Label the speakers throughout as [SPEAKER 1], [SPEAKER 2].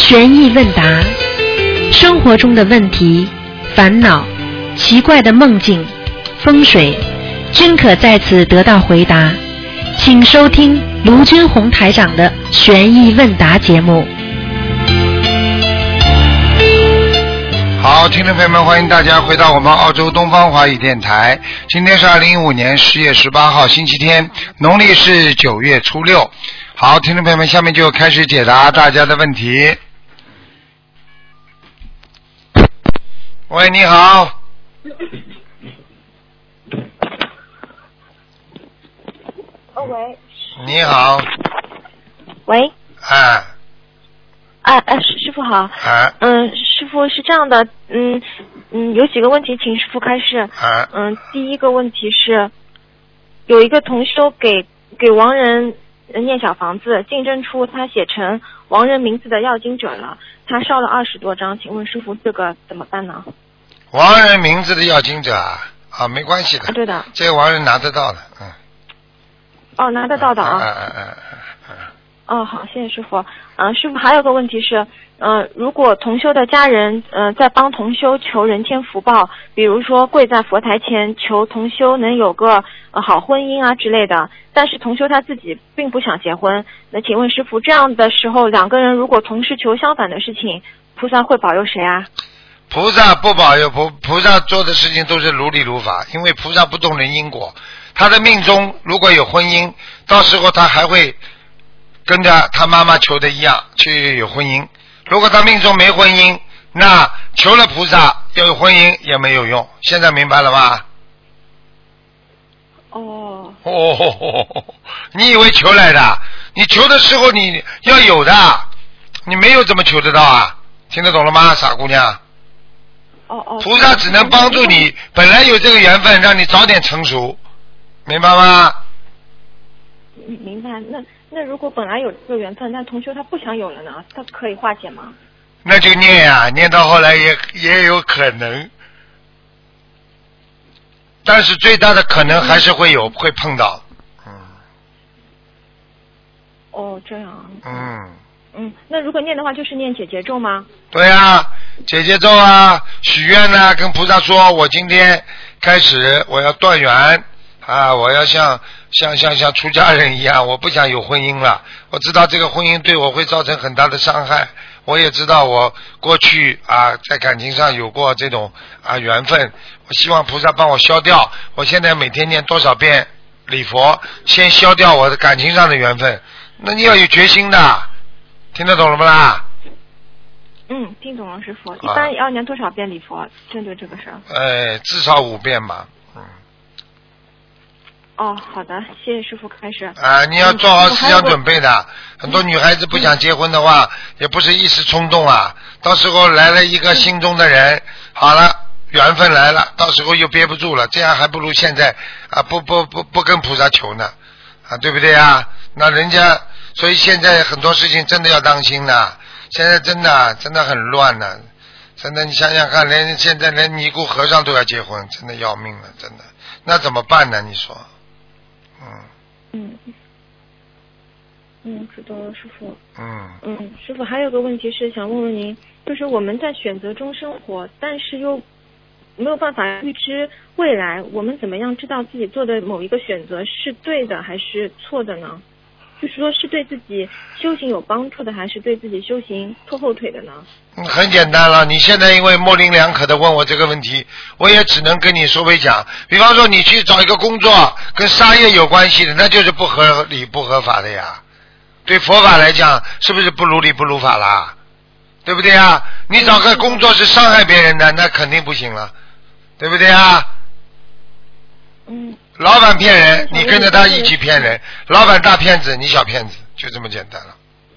[SPEAKER 1] 悬疑问答，生活中的问题、烦恼、奇怪的梦境、风水，均可在此得到回答。请收听卢军红台长的悬疑问答节目。
[SPEAKER 2] 好，听众朋友们，欢迎大家回到我们澳洲东方华语电台。今天是2015年10月18号，星期天，农历是9月初6。好，听众朋友们，下面就开始解答大家的问题。喂，你好。
[SPEAKER 3] 喂。
[SPEAKER 2] 你好。
[SPEAKER 3] 喂。
[SPEAKER 2] 哎。
[SPEAKER 3] 师傅好。
[SPEAKER 2] 哎。
[SPEAKER 3] 师傅是这样的，有几个问题请师傅开示。第一个问题是，有一个同修给亡人念小房子，竞争出他写成亡人名字的要经者了，他烧了20多张，请问师傅这个怎么办呢？
[SPEAKER 2] 亡人名字的要经者啊，没关系的。
[SPEAKER 3] 对的。
[SPEAKER 2] 这个亡人拿得到的，
[SPEAKER 3] 哦，拿得到的啊。哦，好，谢谢师傅。师傅还有个问题是，如果同修的家人在帮同修求人间福报，比如说跪在佛台前求同修能有个好婚姻啊之类的，但是同修他自己并不想结婚，那请问师傅，这样的时候两个人如果同时求相反的事情，菩萨会保佑谁啊？
[SPEAKER 2] 菩萨不保佑，菩萨做的事情都是如理如法，因为菩萨不动人因果。他的命中如果有婚姻，到时候他还会跟着他妈妈求的一样去有婚姻。如果他命中没婚姻，那求了菩萨要有婚姻也没有用。现在明白了吗？你以为求来的？你求的时候你要有的，你没有怎么求得到啊？听得懂了吗，傻姑娘？菩萨只能帮助你本来有这个缘分，让你早点成熟，明白吗？
[SPEAKER 3] 明白。那如果本来有这个缘分，但同修他不想有了呢，他可以化解吗？
[SPEAKER 2] 那就念啊，念到后来也有可能，但是最大的可能还是会碰到。
[SPEAKER 3] 这样。那如果念的话，就是念解结咒吗？
[SPEAKER 2] 对啊，解结咒啊，许愿啊，跟菩萨说，我今天开始我要断缘啊，我要像出家人一样，我不想有婚姻了。我知道这个婚姻对我会造成很大的伤害，我也知道我过去在感情上有过这种缘分，我希望菩萨帮我消掉。我现在每天念多少遍礼佛，先消掉我的感情上的缘分。那你要有决心的，听得懂了不啦？
[SPEAKER 3] 听懂了师傅。一般要念多少遍礼佛针对这个事
[SPEAKER 2] 儿？至少5遍吧。
[SPEAKER 3] 好的，谢谢师傅开始。
[SPEAKER 2] 你要做好思想准备的。很多女孩子不想结婚的话，也不是一时冲动啊。到时候来了一个心中的人，好了，缘分来了，到时候又憋不住了，这样还不如现在不跟菩萨求呢，对不对啊？那人家，所以现在很多事情真的要当心的。现在真的很乱呢，真的你想想看，现在连尼姑和尚都要结婚，真的要命了，真的。那怎么办呢？你说？
[SPEAKER 3] 知道了，师傅。师傅还有个问题是想问问您，就是我们在选择中生活，但是又没有办法预知未来，我们怎么样知道自己做的某一个选择是对的还是错的呢？就是说是对自己修行有帮助的，还是对自己修行拖后腿的呢？
[SPEAKER 2] 很简单了，你现在因为模棱两可的问我这个问题，我也只能跟你稍微讲。比方说你去找一个工作跟杀业有关系的，那就是不合理不合法的呀。对佛法来讲，是不是不如理不如法啦？对不对啊？你找个工作是伤害别人的，那肯定不行了，对不对啊？老板骗人，你跟着他一起骗人，老板大骗子，你小骗子，就这么简单了。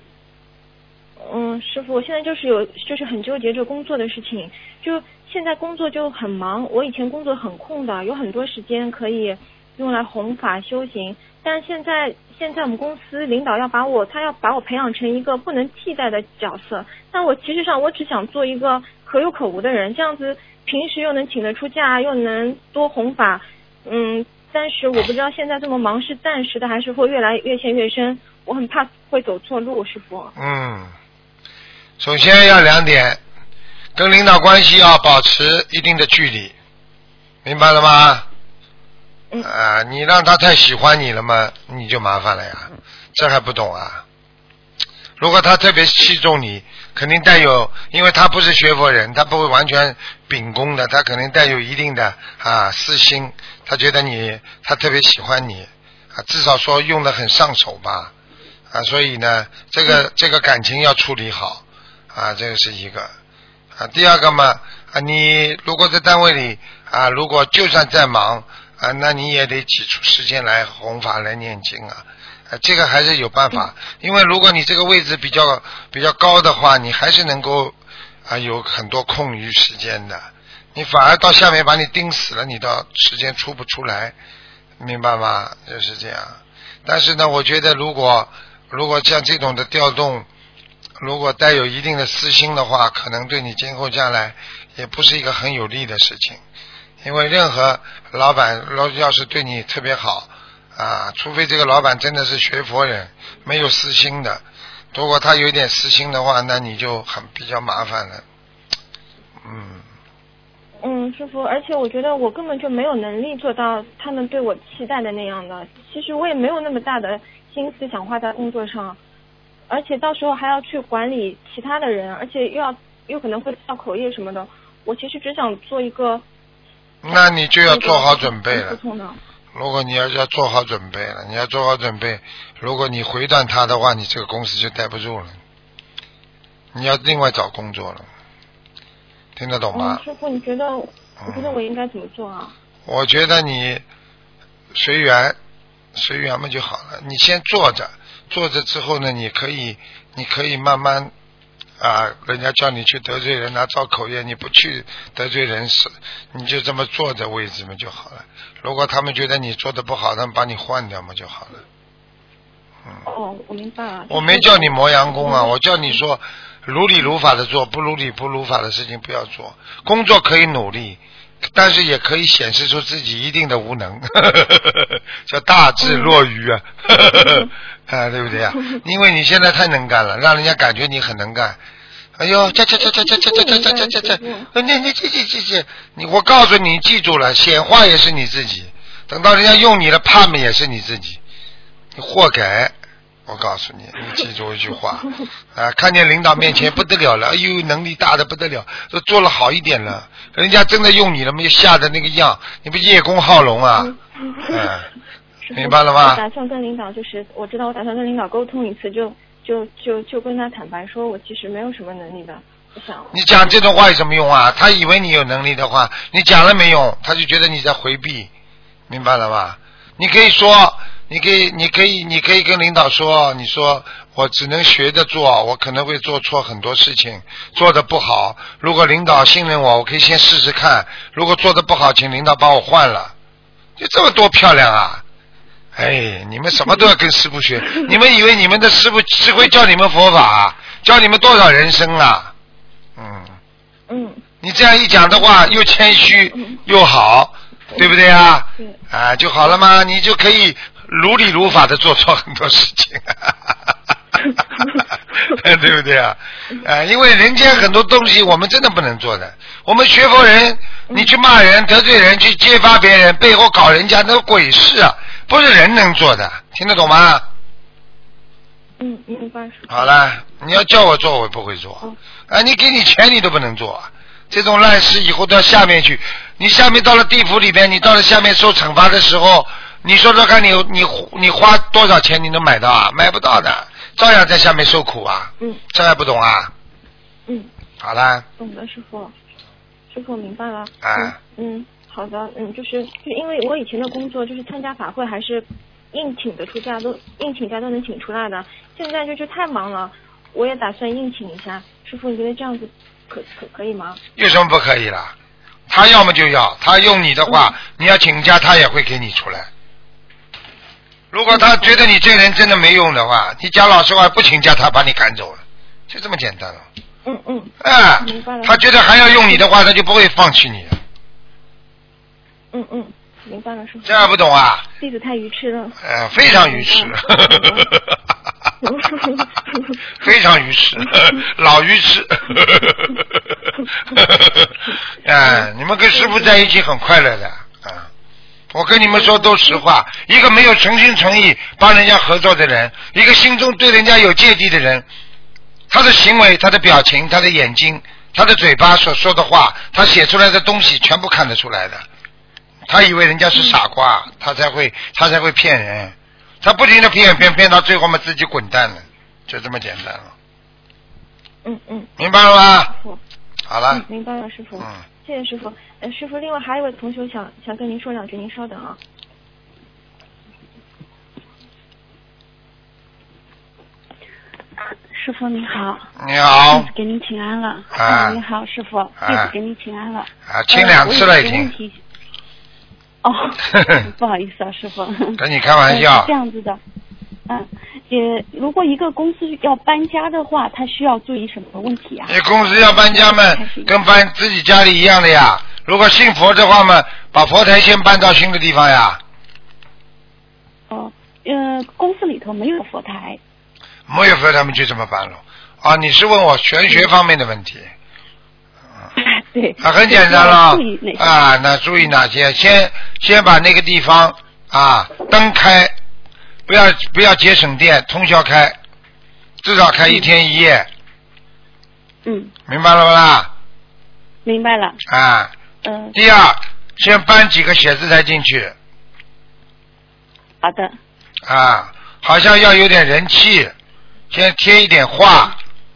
[SPEAKER 3] 师傅，我现在就是很纠结这工作的事情，就现在工作就很忙，我以前工作很空的，有很多时间可以用来弘法修行，但是现在我们公司领导要把我培养成一个不能替代的角色，但我其实上我只想做一个可有可无的人，这样子平时又能请得出假，又能多弘法，但是我不知道现在这么忙是暂时的还是会越来越陷越深，我很怕会走错路，师傅。
[SPEAKER 2] 首先要2点，跟领导关系要保持一定的距离，明白了吗？你让他太喜欢你了嘛，你就麻烦了呀，这还不懂啊？如果他特别器重你，肯定带有，因为他不是学佛人，他不会完全秉公的，他肯定带有一定的私心，他觉得他特别喜欢你至少说用得很上手吧所以呢，这个感情要处理好这个是一个第二个嘛你如果在单位里如果就算再忙那你也得挤出时间来弘法来念经这个还是有办法，因为如果你这个位置比较高的话，你还是能够有很多空余时间的，你反而到下面把你盯死了，你到时间出不出来，明白吗？就是这样。但是呢，我觉得如果像这种的调动，如果带有一定的私心的话，可能对你今后将来也不是一个很有利的事情，因为任何老板要是对你特别好除非这个老板真的是学佛人，没有私心的，如果他有一点私心的话，那你就比较麻烦了。
[SPEAKER 3] 师父，而且我觉得我根本就没有能力做到他们对我期待的那样的，其实我也没有那么大的心思想花在工作上，而且到时候还要去管理其他的人，而且又可能会造口业什么的，我其实只想做一个。
[SPEAKER 2] 那你就要做好准备了。如果你要做好准备了，你要做好准备，如果你回断他的话，你这个公司就待不住了，你要另外找工作了，听得懂吗？
[SPEAKER 3] 师父，你觉得我应该怎么做啊？
[SPEAKER 2] 我觉得你随缘嘛就好了，你先坐着之后呢，你可以慢慢人家叫你去得罪人造口业，你不去得罪人你就这么坐着位置嘛就好了。如果他们觉得你做的不好，他们把你换掉嘛就好了。
[SPEAKER 3] 我明白了。
[SPEAKER 2] 我没叫你磨洋工我叫你说如理如法的做，不如理不如法的事情不要做。工作可以努力，但是也可以显示出自己一定的无能，叫大智若愚对不对因为你现在太能干了，让人家感觉你很能干。哎呦，你我告诉你，记住了，显化也是你自己，等到人家用你了，怕嘛也是你自己，你活该。我告诉你，你记住一句话看见领导面前不得了了，哎呦，能力大的不得了，都做了好一点了，人家真的用你了，没有吓得那个样，你不叶公好龙明白了吗？
[SPEAKER 3] 我打算跟领导我知道我打算跟领导沟通一次，就跟他坦白说，我其实没有什么能力的。
[SPEAKER 2] 你讲这种话有什么用他以为你有能力的话，你讲了没用，他就觉得你在回避，明白了吗？你可以说，你可以跟领导说，你说我只能学着做，我可能会做错很多事情，做得不好。如果领导信任我可以先试试看，如果做得不好，请领导把我换了。就这么多漂亮你们什么都要跟师父学，你们以为你们的师父只会教你们佛法教你们多少人生你这样一讲的话，又谦虚又好，对不对就好了吗？你就可以如理如法的做错很多事情对不对因为人间很多东西我们真的不能做的，我们学佛人你去骂人得罪人，去揭发别人，背后搞人家，那个鬼事不是人能做的，听得懂吗？
[SPEAKER 3] 明白。
[SPEAKER 2] 好了，你要叫我做我不会做你给你钱你都不能做这种烂事以后到下面去，你下面到了地府里边，你到了下面受惩罚的时候，你说说看你花多少钱你能买到买不到的，照样在下面受苦这还不懂好了。
[SPEAKER 3] 懂的，师傅明白了好的就是因为我以前的工作就是参加法会还是硬请得出假，硬请假都能请出来的，现在就是太忙了，我也打算硬请一下，师傅你觉得这样子可以吗？
[SPEAKER 2] 有什么不可以啦？他要么就要，他用你的话你要请假他也会给你出来。如果他觉得你这人真的没用的话，你讲老实话不请假他把你赶走了，就这么简单了。
[SPEAKER 3] 明白了。
[SPEAKER 2] 他觉得还要用你的话他就不会放弃你。
[SPEAKER 3] 明白了，师傅。
[SPEAKER 2] 这还不懂
[SPEAKER 3] 弟子太愚痴了。
[SPEAKER 2] 非常愚痴。非非常愚痴，老愚痴。哎，你们跟师傅在一起很快乐的啊！我跟你们说都实话，一个没有诚心诚意帮人家合作的人，一个心中对人家有芥蒂的人，他的行为、他的表情、他的眼睛、他的嘴巴所说的话，他写出来的东西全部看得出来的。他以为人家是傻瓜，他才会骗人，他不停的骗到最后嘛自己滚蛋了，就这么简单了。明白了吗？好了。
[SPEAKER 3] 明白了，师傅。谢谢师傅。师傅，另外还有位同学想跟您说两句，您稍等啊。师傅你好。
[SPEAKER 2] 你好。
[SPEAKER 3] 弟子给您请安了。你好，师傅，弟子给您请安了。
[SPEAKER 2] 请2次了已经。
[SPEAKER 3] 不好意思啊，师傅。
[SPEAKER 2] 跟你开玩笑。
[SPEAKER 3] 是这样子的，如果一个公司要搬家的话，他需要注意什么问题啊？
[SPEAKER 2] 你公司要搬家嘛，跟搬自己家里一样的呀。如果信佛的话嘛，把佛台先搬到新的地方呀。
[SPEAKER 3] 公司里头没有佛台。
[SPEAKER 2] 没有佛台，们就这么搬了。你是问我玄学方面的问题？
[SPEAKER 3] 对。
[SPEAKER 2] 很简单了。那注意哪些？先把那个地方灯开，不要节省电，通宵开，至少开1天1夜。明白了不啦？
[SPEAKER 3] 明白了。
[SPEAKER 2] 第二，先搬几个写字台进去。
[SPEAKER 3] 好的。
[SPEAKER 2] 好像要有点人气，先贴一点画。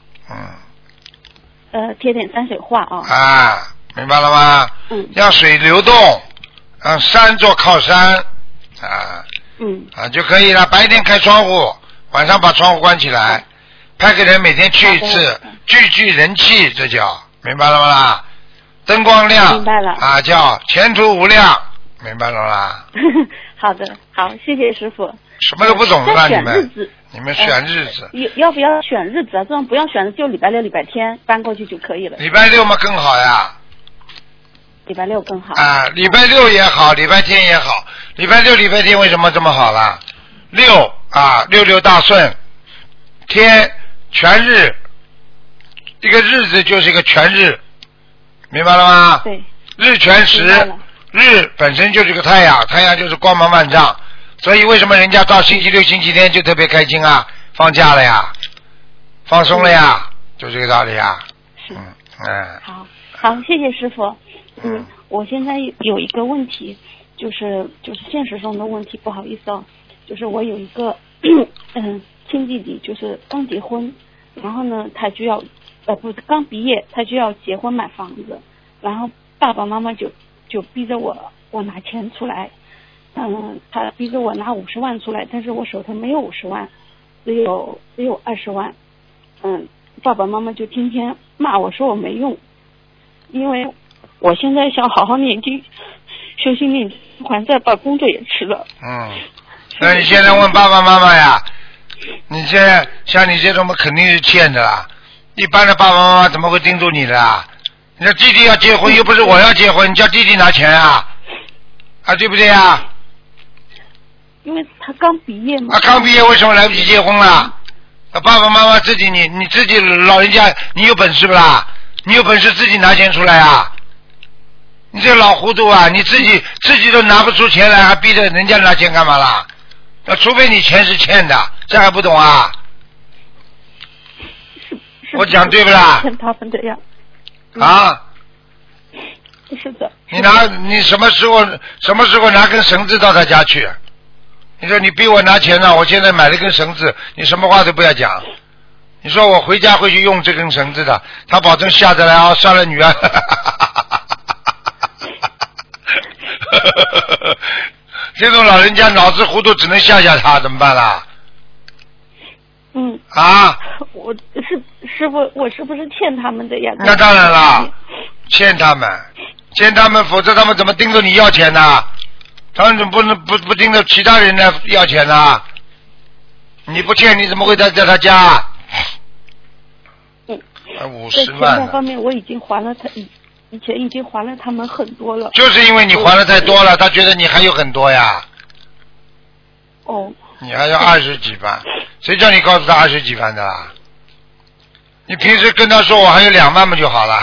[SPEAKER 3] 贴点山水画啊。
[SPEAKER 2] 明白了吗？让水流动，让山做靠山。就可以了。白天开窗户，晚上把窗户关起来，派个人每天去一次，聚人气，这叫明白了吗啦？灯光亮，
[SPEAKER 3] 明白了。
[SPEAKER 2] 叫前途无量，明白了啦？
[SPEAKER 3] 好的，好，谢谢师傅。
[SPEAKER 2] 什么都不懂了，你们选日子。
[SPEAKER 3] 要不要选日子啊？这样不要选的，就礼拜六、礼拜天搬过去就可以了。
[SPEAKER 2] 礼拜六嘛更好呀。
[SPEAKER 3] 礼拜六更好。
[SPEAKER 2] 礼拜六也好，礼拜天也好。礼拜六、礼拜天为什么这么好啦？六大顺，天全日，一个日子就是一个全日，明白了吗？
[SPEAKER 3] 对。
[SPEAKER 2] 日全食，日本身就是个太阳，太阳就是光芒万丈，所以为什么人家到星期六、星期天就特别开心啊？放假了呀，放松了呀，就这个道理呀。
[SPEAKER 3] 是。好，谢谢师傅。我现在有一个问题，就是现实中的问题，不好意思就是我有一个亲弟弟，就是刚结婚，然后呢他就要刚毕业，他就要结婚买房子，然后爸爸妈妈就逼着我拿钱出来，他逼着我拿50万出来，但是我手头没有50万，只有20万，爸爸妈妈就天天骂我说我没用，因为我现在想好好念经，修心念还债，把工作也辞了。
[SPEAKER 2] 那你现在问爸爸妈妈呀？你现在像你这种肯定是欠的啦。一般的爸爸妈妈怎么会盯住你的啊？你说弟弟要结婚，又不是我要结婚，你叫弟弟拿钱啊？对不对啊？
[SPEAKER 3] 因为他刚毕业嘛。
[SPEAKER 2] 刚毕业为什么来不及结婚了？爸爸妈妈自己你自己老人家，你有本事不啦？你有本事自己拿钱出来啊？你这老糊涂啊！你自己都拿不出钱来，还逼着人家拿钱干嘛啦？除非你钱是欠的，这还不懂啊？我讲对不啦？
[SPEAKER 3] 欠他们的呀。是的。
[SPEAKER 2] 你什么时候拿根绳子到他家去？你说你逼我拿钱呢，我现在买了根绳子，你什么话都不要讲。你说我回家会去用这根绳子的，他保证下得来算了女儿。这种老人家脑子糊涂，只能吓吓他，怎么办啦？
[SPEAKER 3] 师傅，我是不是欠他们的呀？
[SPEAKER 2] 那当然了，欠他们，否则他们怎么盯着你要钱呢？他们怎么不能不盯着其他人来要钱呢？你不欠，你怎么会在他家？50万。
[SPEAKER 3] 在钱方面我已经还了他，以前已经还了他们很多了。
[SPEAKER 2] 就是因为你还了太多了，他觉得你还有很多呀。
[SPEAKER 3] 哦。
[SPEAKER 2] 你还要20几万，谁叫你告诉他20几万的啦？ 你平时跟他说我还有2万嘛就好了。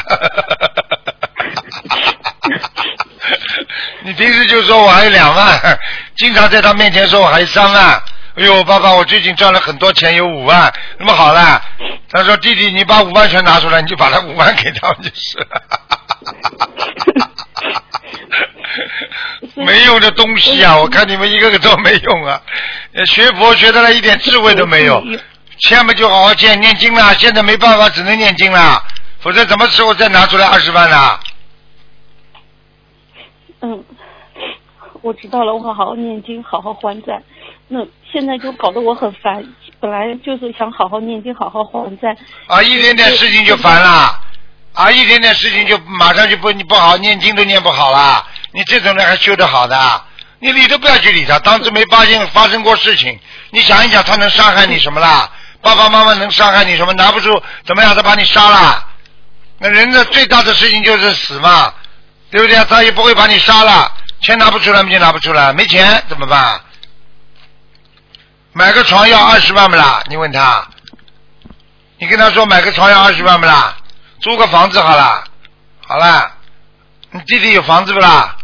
[SPEAKER 2] 你平时就说我还有2万，经常在他面前说我还有3万。哎呦，爸爸，我最近赚了很多钱，有5万，那么好了。他说弟弟，你把5万全拿出来，你就把他5万给他们就是了。没用的东西啊！我看你们一个个都没用啊，学佛学的了一点智慧都没有。千万就好好念经啦，现在没办法，只能念经啦，否则什么时候再拿出来20万啦？
[SPEAKER 4] 我知道了，我好好念经，好好还债。那现在就搞得我很烦，本来就是想好好念经，好好还债。
[SPEAKER 2] 啊，一点点事情就烦了，啊，一点点事情就马上就你不好念经都念不好了。你这种人还修得好的？你理都不要去理他，当时没发生过事情。你想一想，他能伤害你什么啦？爸爸妈妈能伤害你什么？拿不出怎么样？他把你杀了。那人的最大的事情就是死嘛，对不对？他也不会把你杀了。钱拿不出来，就拿不出来，没钱怎么办？买个床要20万不啦？你问他，你跟他说买个床要20万不啦？租个房子好了，好了，你弟弟有房子不啦？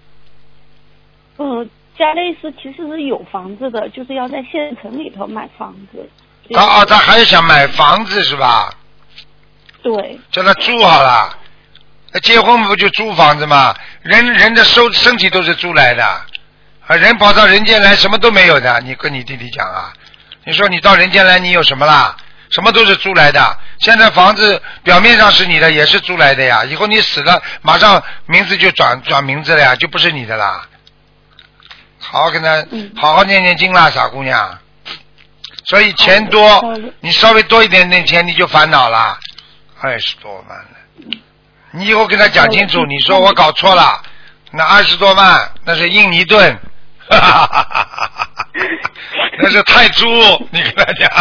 [SPEAKER 4] 家内是其实是有房子的，就是要在县城里头买房子。
[SPEAKER 2] 他还想买房子是吧？
[SPEAKER 4] 对。
[SPEAKER 2] 叫他租好了。结婚不就租房子吗？人的身体都是租来的，人跑到人间来什么都没有的。你跟你弟弟讲啊，你说你到人间来你有什么啦？什么都是租来的。现在房子表面上是你的，也是租来的呀。以后你死了，马上名字就转名字了呀，就不是你的啦。好好跟他好好念念经啦，傻姑娘。所以钱多，你稍微多一点点钱你就烦恼了，20多万了。你以后跟他讲清楚，你说我搞错了，那20多万那是印尼盾，那是泰铢，你跟他讲。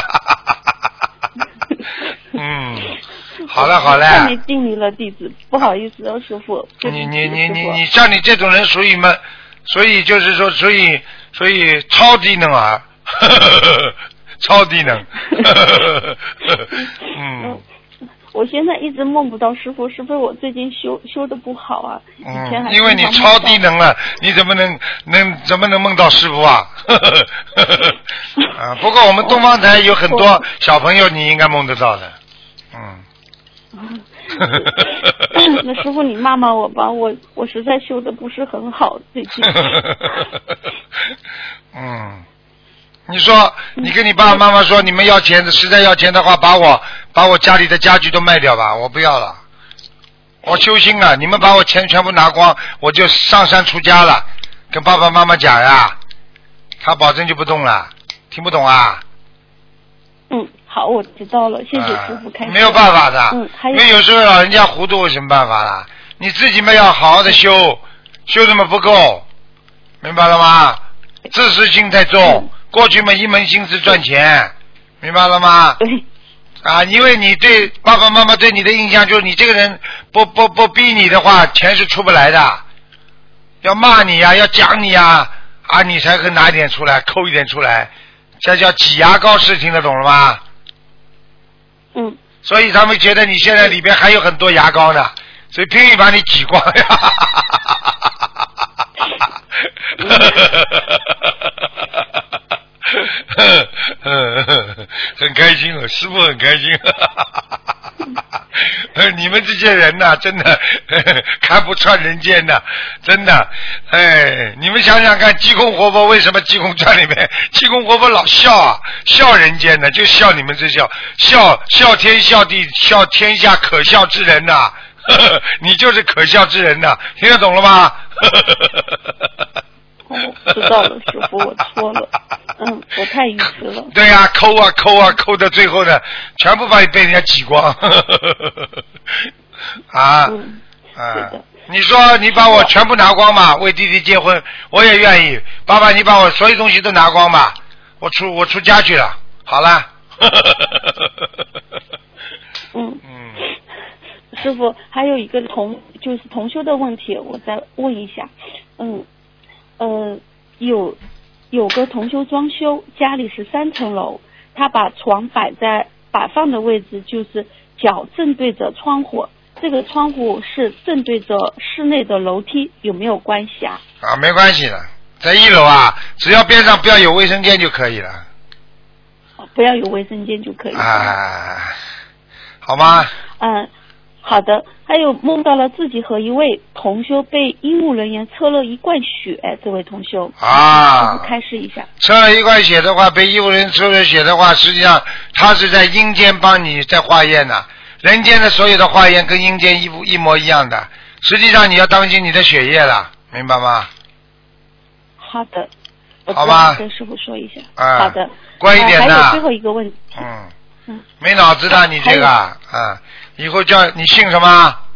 [SPEAKER 2] 好了好了。
[SPEAKER 4] 太没定你了，弟子，不好意思，师傅。
[SPEAKER 2] 你像你这种人属于嘛，所以就是说，所以超低能儿，超低能。
[SPEAKER 4] 我现在一直梦不到师傅，是不是我最近修的不好啊？
[SPEAKER 2] 因为你超低能了，你怎么能梦到师傅啊？不过我们东方台有很多小朋友，你应该梦得到的。
[SPEAKER 4] 那师傅你骂骂我吧，我实在修的不是很好最近。
[SPEAKER 2] 你说你跟你爸爸妈妈说，你们要钱，实在要钱的话，把我家里的家具都卖掉吧，我不要了，我修心了，你们把我钱全部拿光，我就上山出家了，跟爸爸妈妈讲呀，他保证就不动了，听不懂啊？
[SPEAKER 4] 好，我知道了，谢谢师傅开始。
[SPEAKER 2] 没有办法的，因为有时候老人家糊涂，有什么办法啦？你自己嘛要好好的修这么不够，明白了吗？自私心太重，过去嘛一门心思赚钱，明白了吗？
[SPEAKER 4] 对。
[SPEAKER 2] 因为你对爸爸妈妈对你的印象就是你这个人不逼你的话，钱是出不来的，要骂你呀，要讲你呀，你才会拿一点出来，抠一点出来，这叫挤牙膏式，听得懂了吗？所以他们觉得你现在里边还有很多牙膏呢，所以拼命把你挤光呀。很开心哦，师父很开心。你们这些人呐，真的看不穿人间的，真的。你们想想看，济公活佛为什么济公传里面济公活佛老笑人间的，就笑你们这笑天笑地笑天下可笑之人呐。你就是可笑之人呐，听得懂了吗？
[SPEAKER 4] 知道了，师傅，我错了。我太愚痴了。
[SPEAKER 2] 对呀，抠到最后呢，全部被人家挤光。你说你把我全部拿光嘛，为弟弟结婚，我也愿意。爸爸，你把我所有东西都拿光吧，我出家去了。好了。
[SPEAKER 4] 师傅，还有一个就是同修的问题，我再问一下。有个同修装修，家里是3层楼，他把床摆放的位置就是脚正对着窗户，这个窗户是正对着室内的楼梯，有没有关系啊？
[SPEAKER 2] 啊，没关系的，在1楼啊，只要边上不要有卫生间就可以了。
[SPEAKER 4] 不要有卫生间就可以了。
[SPEAKER 2] 啊，好吗？
[SPEAKER 4] 好的。还有梦到了自己和一位同修被医务人员测了一罐血，这位同修
[SPEAKER 2] 啊，
[SPEAKER 4] 开示一下。
[SPEAKER 2] 测了一罐血的话，被医务人测了血的话，实际上他是在阴间帮你在化验的，人间的所有的化验跟阴间一模一样的，实际上你要当心你的血液了，明白吗？
[SPEAKER 4] 好的，
[SPEAKER 2] 好吧，
[SPEAKER 4] 跟师傅说一下。
[SPEAKER 2] 好
[SPEAKER 4] 的，
[SPEAKER 2] 乖一点的。
[SPEAKER 4] 还有最后一个问题。
[SPEAKER 2] 没脑子的你这个以后叫你姓什么？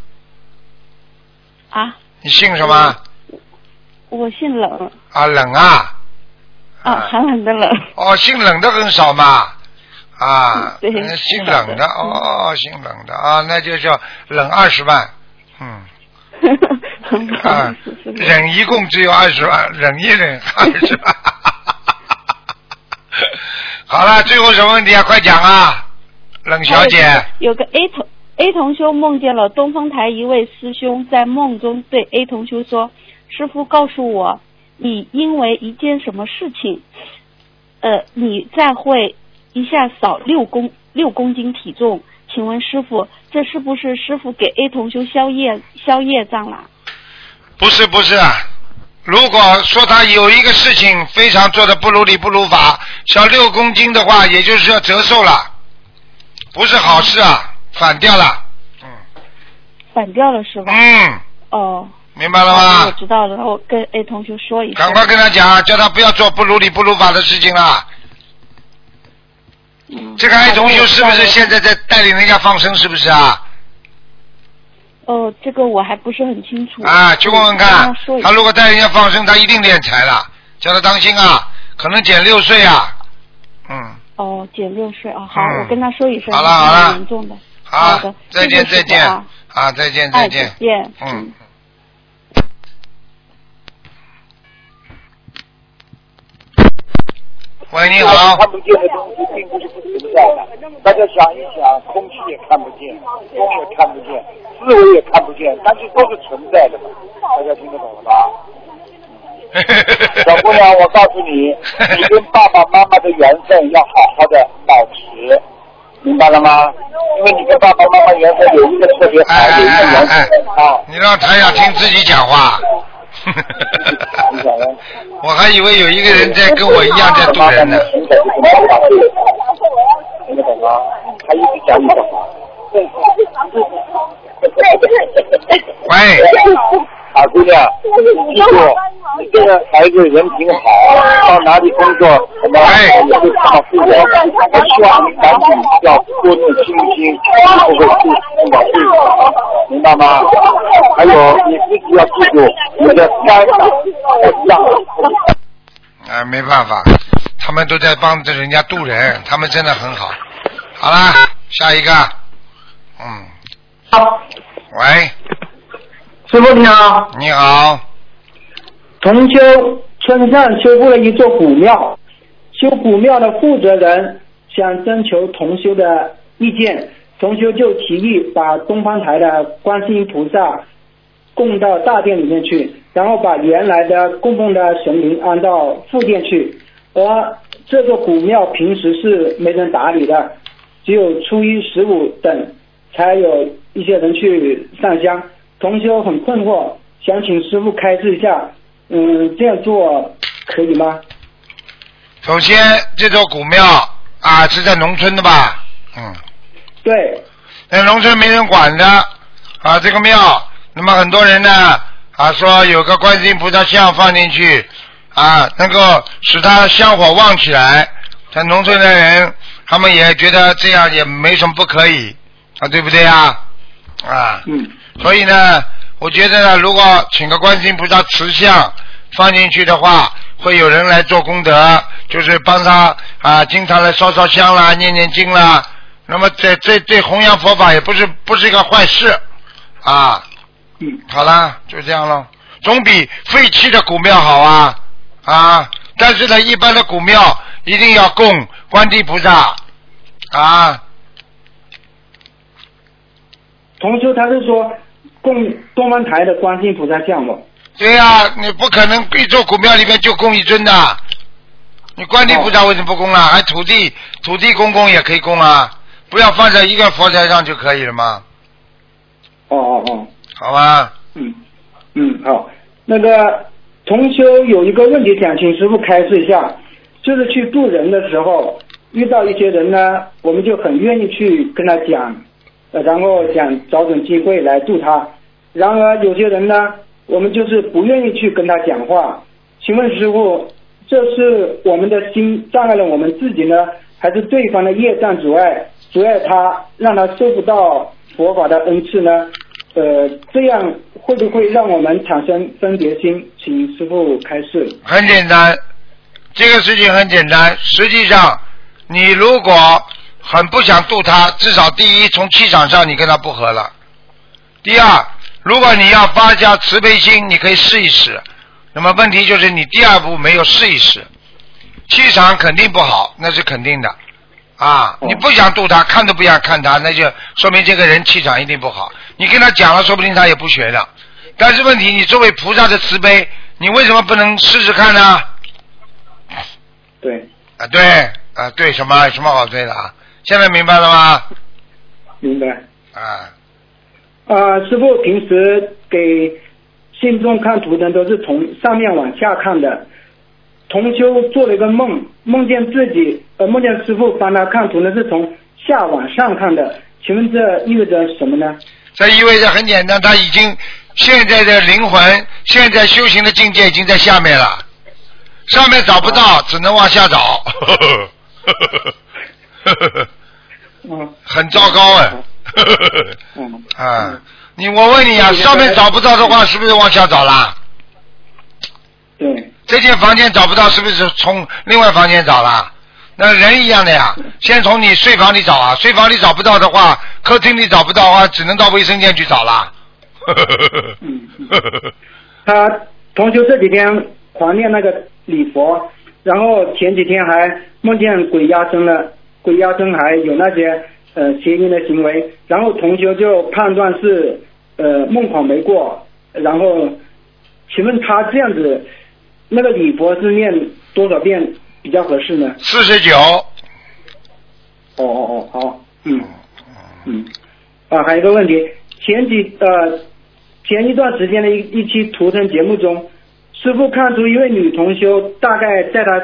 [SPEAKER 4] 啊？
[SPEAKER 2] 你姓什么？
[SPEAKER 4] 我姓冷。
[SPEAKER 2] 啊，冷啊。
[SPEAKER 4] 寒冷的冷。
[SPEAKER 2] 哦，姓冷的很少嘛。
[SPEAKER 4] 对。
[SPEAKER 2] 姓冷的姓冷的啊，那就叫冷20万。忍一共只有20万，忍一忍20万。好了，最后什么问题啊？快讲啊，冷小姐。
[SPEAKER 4] 有个 A 同修梦见了东方台一位师兄，在梦中对 A 同修说：“师父告诉我，你因为一件什么事情，你再会一下少6公斤体重，请问师父，这是不是师父给 A 同修消业障了？”
[SPEAKER 2] 不是。如果说他有一个事情非常做的不如理不如法，小6公斤的话，也就是要折寿了，不是好事啊，反掉了。
[SPEAKER 4] 反掉了是吧？
[SPEAKER 2] 明白了吗？
[SPEAKER 4] 我知道了，我跟 A 同学说一下。
[SPEAKER 2] 赶快跟他讲，叫他不要做不如理不如法的事情了。这个 A 同学是不是现在在带领人家放生？是不是啊？
[SPEAKER 4] 这个我还不是很清楚。
[SPEAKER 2] 去问问看，他如果带人家放生，他一定敛财了，叫他当心啊，可能减6岁啊。
[SPEAKER 4] 减6岁啊，好，我跟他说一声。
[SPEAKER 2] 好了，
[SPEAKER 4] 严重的。
[SPEAKER 2] 好
[SPEAKER 4] 的，
[SPEAKER 2] 再见。再见。
[SPEAKER 4] 再见。
[SPEAKER 2] 喂，你好。
[SPEAKER 5] 看不见的东西并不是不存在的，大家想一想，空气也看不见，风也看不见，思维也看不见，但是都是存在的嘛，大家听得懂了吧？小姑娘，我告诉你，你跟爸爸妈妈的缘分要好好的保持，明白了吗？因为你跟爸爸妈妈缘分有一个特别好，有一个缘分
[SPEAKER 2] 你让台长听自己讲话。我还以为有一个人在跟我一样在渡人呢。
[SPEAKER 5] 听得懂吗？他一直讲你的话。
[SPEAKER 2] 喂。
[SPEAKER 5] 大姑娘，记住，你这个孩子人品好，到哪里工作什么也会看到富人。我希望你赶紧要多念心经，不会碰到贵人，明白吗？还有你自己要记住，你的肝
[SPEAKER 2] 没办法，他们都在帮着人家渡人，他们真的很好。好啦，下一个。
[SPEAKER 6] 好。
[SPEAKER 2] 喂。
[SPEAKER 6] 师傅你好。
[SPEAKER 2] 你好。
[SPEAKER 6] 同修村上修复了一座古庙，修古庙的负责人想征求同修的意见，同修就提议把东方台的观世音菩萨供到大殿里面去，然后把原来的供奉的神灵安到副殿去，而这座古庙平时是没人打理的，只有初一15等才有一些人去上香。同修很困惑，想请师父开示一下，这样做可以吗？
[SPEAKER 2] 首先，这座古庙是在农村的吧？
[SPEAKER 6] 对。
[SPEAKER 2] 在农村没人管的这个庙，那么很多人呢说有个观世音菩萨像放进去能够使他香火旺起来，在农村的人他们也觉得这样也没什么不可以对不对所以呢，我觉得呢，如果请个观世音菩萨瓷像放进去的话，会有人来做功德，就是帮他经常来烧烧香啦、念念经啦。那么这弘扬佛法也不是一个坏事好啦，就这样咯，总比废弃的古庙好但是呢，一般的古庙一定要供观地菩萨
[SPEAKER 6] 同修他是说供东方台的观世音菩萨像吗？
[SPEAKER 2] 对呀、你不可能一座古庙里面就供一尊的，你观地菩萨为什么不供啊？还土地公公也可以供啊，不要放在一个佛台上就可以了吗？
[SPEAKER 6] 哦，
[SPEAKER 2] 好吧。
[SPEAKER 6] 好。那个同修有一个问题想请师父开示一下，就是去渡人的时候，遇到一些人呢，我们就很愿意去跟他讲，然后想找准机会来渡他。然而有些人呢，我们就是不愿意去跟他讲话。请问师父，这是我们的心障碍了我们自己呢，还是对方的业障阻碍他，让他收不到佛法的恩赐呢？这样会不会让我们产生分别心？请师父开示。
[SPEAKER 2] 很简单，这个事情很简单。实际上，你如果很不想渡他，至少第一，从气场上你跟他不合了；第二，如果你要发下慈悲心，你可以试一试。那么问题就是你第二步没有试一试，气场肯定不好，那是肯定的啊！你不想渡他，看都不想看他，那就说明这个人气场一定不好。你跟他讲了，说不定他也不学的。但是问题，你作为菩萨的慈悲，你为什么不能试试看呢？
[SPEAKER 6] 对。
[SPEAKER 2] 对，什么好对的啊？现在明白了吗？
[SPEAKER 6] 明白。师父平时给信众看图腾都是从上面往下看的。同修做了一个梦，梦见师父帮他看图呢是从下往上看的，请问这意味着什么呢？
[SPEAKER 2] 这意味着很简单，他已经现在的灵魂，现在修行的境界已经在下面了，上面找不到，只能往下找。很糟糕我问你啊，上面找不到的话，是不是往下找啦？
[SPEAKER 6] 对。
[SPEAKER 2] 这间房间找不到，是不是从另外房间找啦？那人一样的呀，先从你睡房里找啊，睡房里找不到的话，客厅里找不到的话，只能到卫生间去找啦。
[SPEAKER 6] 他同修这几天狂念那个礼佛，然后前几天还梦见鬼压身了，鬼压身还有那些邪淫的行为，然后同修就判断是梦考没过，然后请问他这样子那个礼佛是念多少遍比较合适呢
[SPEAKER 2] ？49。
[SPEAKER 6] 好。还有一个问题，前一段时间的一期图腾节目中，师父看出一位女同修大概在她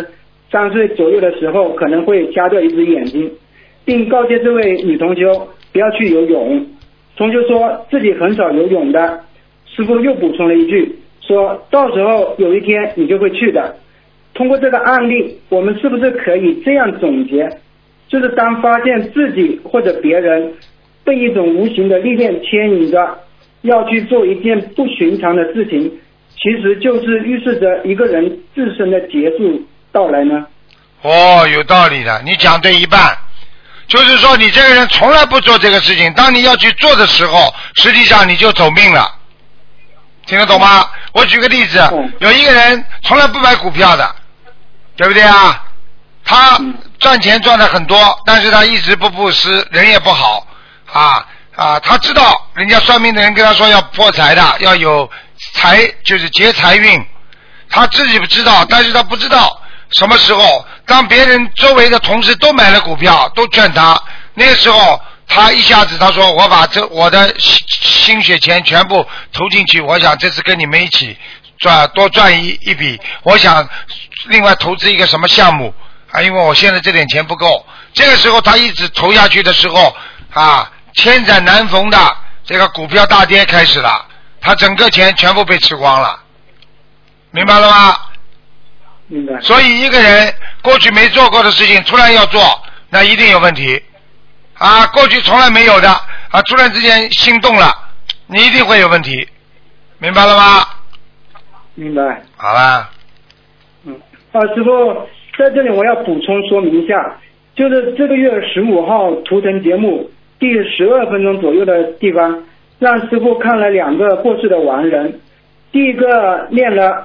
[SPEAKER 6] 43岁左右的时候可能会瞎掉一只眼睛，并告诫这位女同修不要去游泳。同修说自己很少游泳的，师父又补充了一句，说到时候有一天你就会去的。通过这个案例，我们是不是可以这样总结，就是当发现自己或者别人被一种无形的力量牵引着要去做一件不寻常的事情，其实就是预示着一个人自身的结束到来呢？
[SPEAKER 2] 有道理的，你讲对一半。就是说你这个人从来不做这个事情，当你要去做的时候，实际上你就走命了，听得懂吗？我举个例子，有一个人从来不买股票的，对不对啊？他赚钱赚的很多，但是他一直不布施，人也不好他知道人家算命的人跟他说要破财的，要有就是劫财运，他自己不知道，但是他不知道什么时候，当别人周围的同事都买了股票，都劝他，那个时候他一下子他说我把我的心血钱全部投进去，我想这次跟你们一起多赚一笔，我想另外投资一个什么项目因为我现在这点钱不够。这个时候他一直投下去的时候千载难逢的这个股票大跌开始了，他整个钱全部被吃光了，明白了吗？
[SPEAKER 6] 明白。
[SPEAKER 2] 所以一个人过去没做过的事情突然要做，那一定有问题过去从来没有的突然之间心动了，你一定会有问题，明白了吗？
[SPEAKER 6] 明白。
[SPEAKER 2] 好了。
[SPEAKER 6] 师父，在这里我要补充说明一下，就是这个月15号图腾节目第12分钟左右的地方，让师父看了2个过世的亡人。第一个念了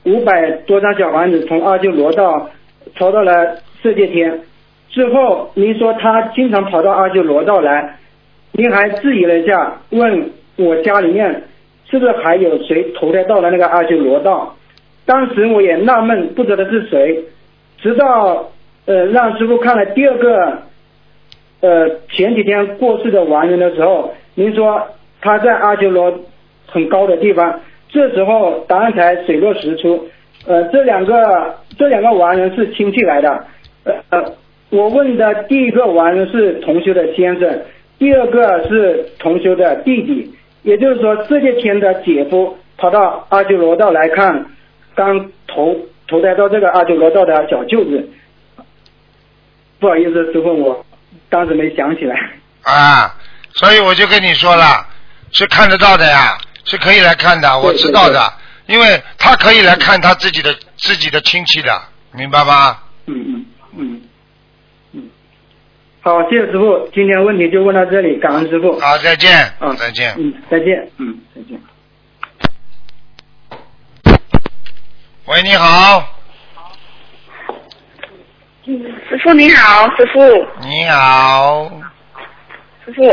[SPEAKER 6] 500多张小房子，从阿修罗道超到了色界天之后，您说他经常跑到阿修罗道来， 您还质疑了一下，问我家里面是不是还有谁投胎到了那个阿修罗道。当时我也纳闷，不知道是谁，直到让师父看了第二个前几天过世的亡人的时候，您说他在阿修罗很高的地方，这时候答案才水落石出。这两个亡人是亲戚来的。我问的第一个亡人是同修的先生，第二个是同修的弟弟，也就是说这些天的姐夫跑到阿修罗道来看刚投胎到这个阿修罗道的小舅子。不好意思，师父，我当时没想起来
[SPEAKER 2] 啊，所以我就跟你说了，是看得到的呀，是可以来看的，我知道的，因为他可以来看他自己的亲戚的，明白吗？
[SPEAKER 6] 好，谢谢师父，今天问题就问到这里，感恩师父。
[SPEAKER 2] 好，再见。再见。
[SPEAKER 6] 再见。再见。
[SPEAKER 2] 喂，你好。
[SPEAKER 7] 师父你好，师父。
[SPEAKER 2] 你好。
[SPEAKER 7] 师父。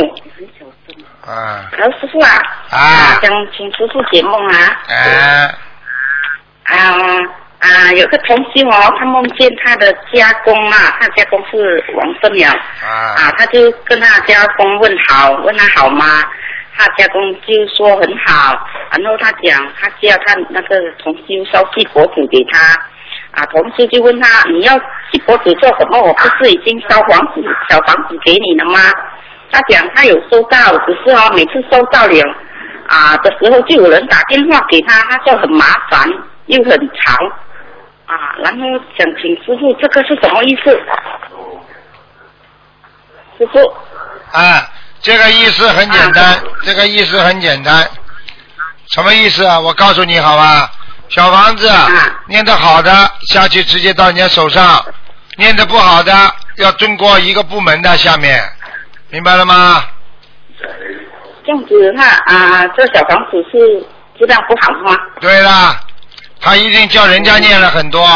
[SPEAKER 7] 师父啊。想请师父解梦啊。有个同修他梦见他的家公他家公是亡生了他就跟他家公问好，问他好吗？他家公就说很好，然后他讲他叫他那个同修烧锡箔纸给他同修就问他，你要锡箔纸做什么？我不是已经烧小房子给你了吗？他讲他有收到，只是每次收到了的时候就有人打电话给他，他说很麻烦又很长然后想请师父，这个是什么意思？师父
[SPEAKER 2] 这个意思很简单，这个意思很简单。什么意思啊？我告诉你好吧，小房子念得好的下去直接到人家手上，念得不好的要经过一个部门的下面，明白了吗？
[SPEAKER 7] 这样子这小房子是质量不好吗？
[SPEAKER 2] 对啦，他一定叫人家念了很多。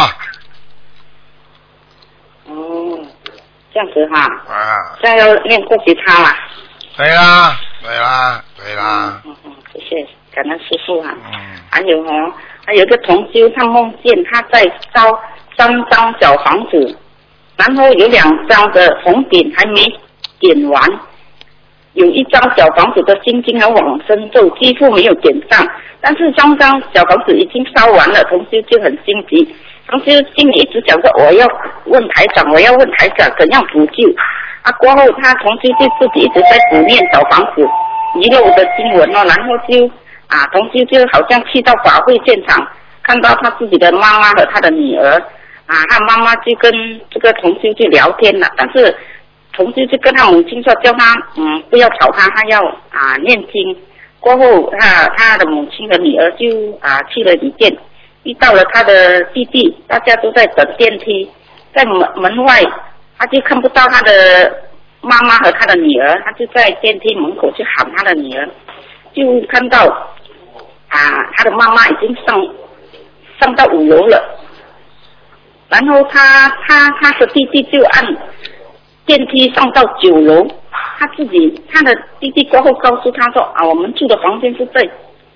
[SPEAKER 7] 这样子这样要念过其他啦。
[SPEAKER 2] 对啦。
[SPEAKER 7] 谢谢，感恩师父还有一个同修，他梦见他在烧3张小房子，然后有2张的红点还没点完，有1张小房子的心经和往生咒几乎没有点上，但是3张小房子已经烧完了，同修就很心急，同修心里一直想说我要问台长怎样补救过后他同修就自己一直在补念小房子遗漏的经文然后就同修就好像去到法会现场，看到他自己的妈妈和他的女儿他妈妈就跟这个同修就聊天了，但是同修就跟他母亲说，叫他不要吵他要念经。过后他的母亲和女儿就去了旅店，遇到了他的弟弟，大家都在等电梯，在门外他就看不到他的妈妈和他的女儿，他就在电梯门口去喊他的女儿，就看到他的妈妈已经上到5楼了，然后他的弟弟就按电梯上到9楼，他的弟弟过后告诉他说我们住的房间是在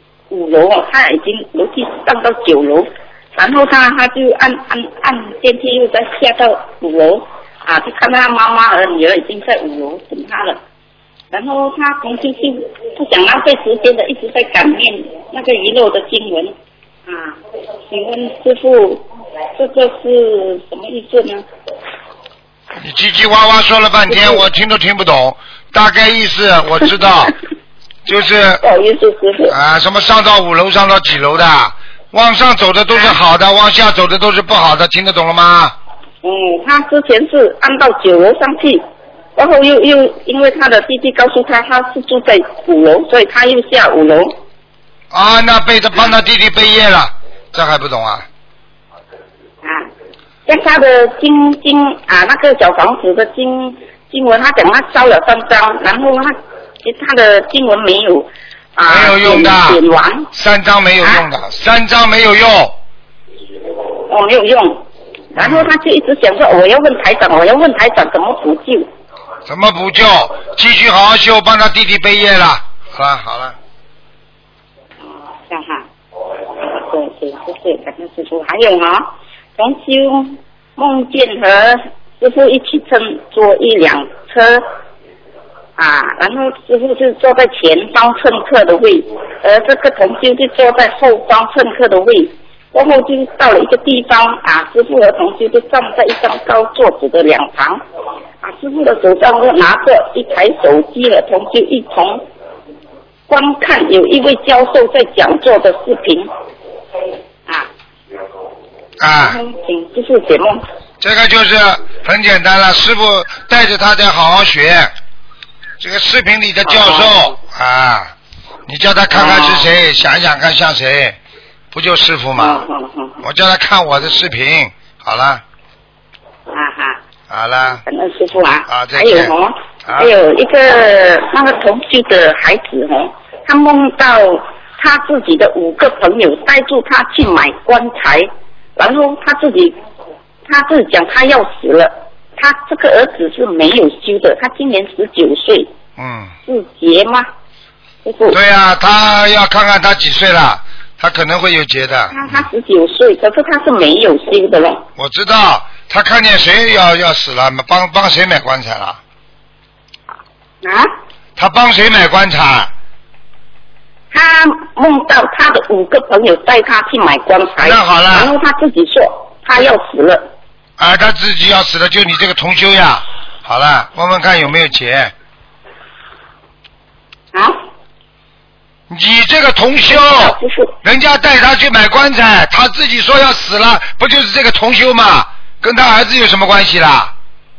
[SPEAKER 7] 5楼他已经楼梯上到9楼，然后他就按电梯又再下到5楼就看到他妈妈和女儿已经在5楼等他了，然后他同修就不想浪费时间的一直在赶念那个遗漏的经文请问师父这个是什么意思呢？
[SPEAKER 2] 你叽叽哇哇说了半天，我听都听不懂，大概意思我知道，就是
[SPEAKER 7] 不好意思师父
[SPEAKER 2] 什么上到5楼上到几楼的，往上走的都是好的，往下走的都是不好的，听得懂了吗？
[SPEAKER 7] 他之前是按到9楼上去，然后又因为他的弟弟告诉他是住在5楼，所以他又下5楼
[SPEAKER 2] 那帮他弟弟背业了，这还不懂
[SPEAKER 7] 像他的经那个小房子的经文，他讲他烧了3张，然后他的经文没有
[SPEAKER 2] 没有用的，
[SPEAKER 7] 点完
[SPEAKER 2] 3张没有用的，3张没有用
[SPEAKER 7] 没有用，然后他就一直想说我要问台长怎么补救
[SPEAKER 2] 怎么补救？继续好好修，帮他弟弟背业了。好了。
[SPEAKER 7] 这样哈。对，谢谢感恩师傅。还有哈，同修梦见和师傅一起坐一辆车啊，然后师傅就坐在前方乘客的位，而这个同修就坐在后方乘客的位。然后就到了一个地方啊，师傅和同修就站在一张高桌子的两旁啊，师傅的手上就拿着一台手机和同修一同观看有一位教授在讲座的视频啊。请师傅解梦。
[SPEAKER 2] 这个就是很简单了，师傅带着他在好好学。这个视频里的教授啊，你叫他看看是谁，想一想看像谁。不就师傅吗？我叫他看我的视频，好了。好了。
[SPEAKER 7] 感恩师傅啊。
[SPEAKER 2] 再见。
[SPEAKER 7] 还有一个那个同修的孩子他梦到他自己的5个朋友带住他去买棺材，然后他自己讲他要死了。他这个儿子是没有修的，他今年19岁。是劫吗？师傅。
[SPEAKER 2] 对啊，他要看看他几岁了。他可能会有劫的。
[SPEAKER 7] 他19岁，可是他是没有修的了。
[SPEAKER 2] 我知道，他看见谁要死了，帮谁买棺材了？
[SPEAKER 7] 啊？
[SPEAKER 2] 他帮谁买棺材？
[SPEAKER 7] 他梦到他的5个朋友带他去买棺材。
[SPEAKER 2] 那好了。
[SPEAKER 7] 然后他自己说他要死了。
[SPEAKER 2] 啊，他自己要死了，就你这个同修呀。好了，问问看有没有劫。
[SPEAKER 7] 啊？
[SPEAKER 2] 你这个同修，人家带他去买棺材，他自己说要死了，不就是这个同修吗？跟他儿子有什么关系啦？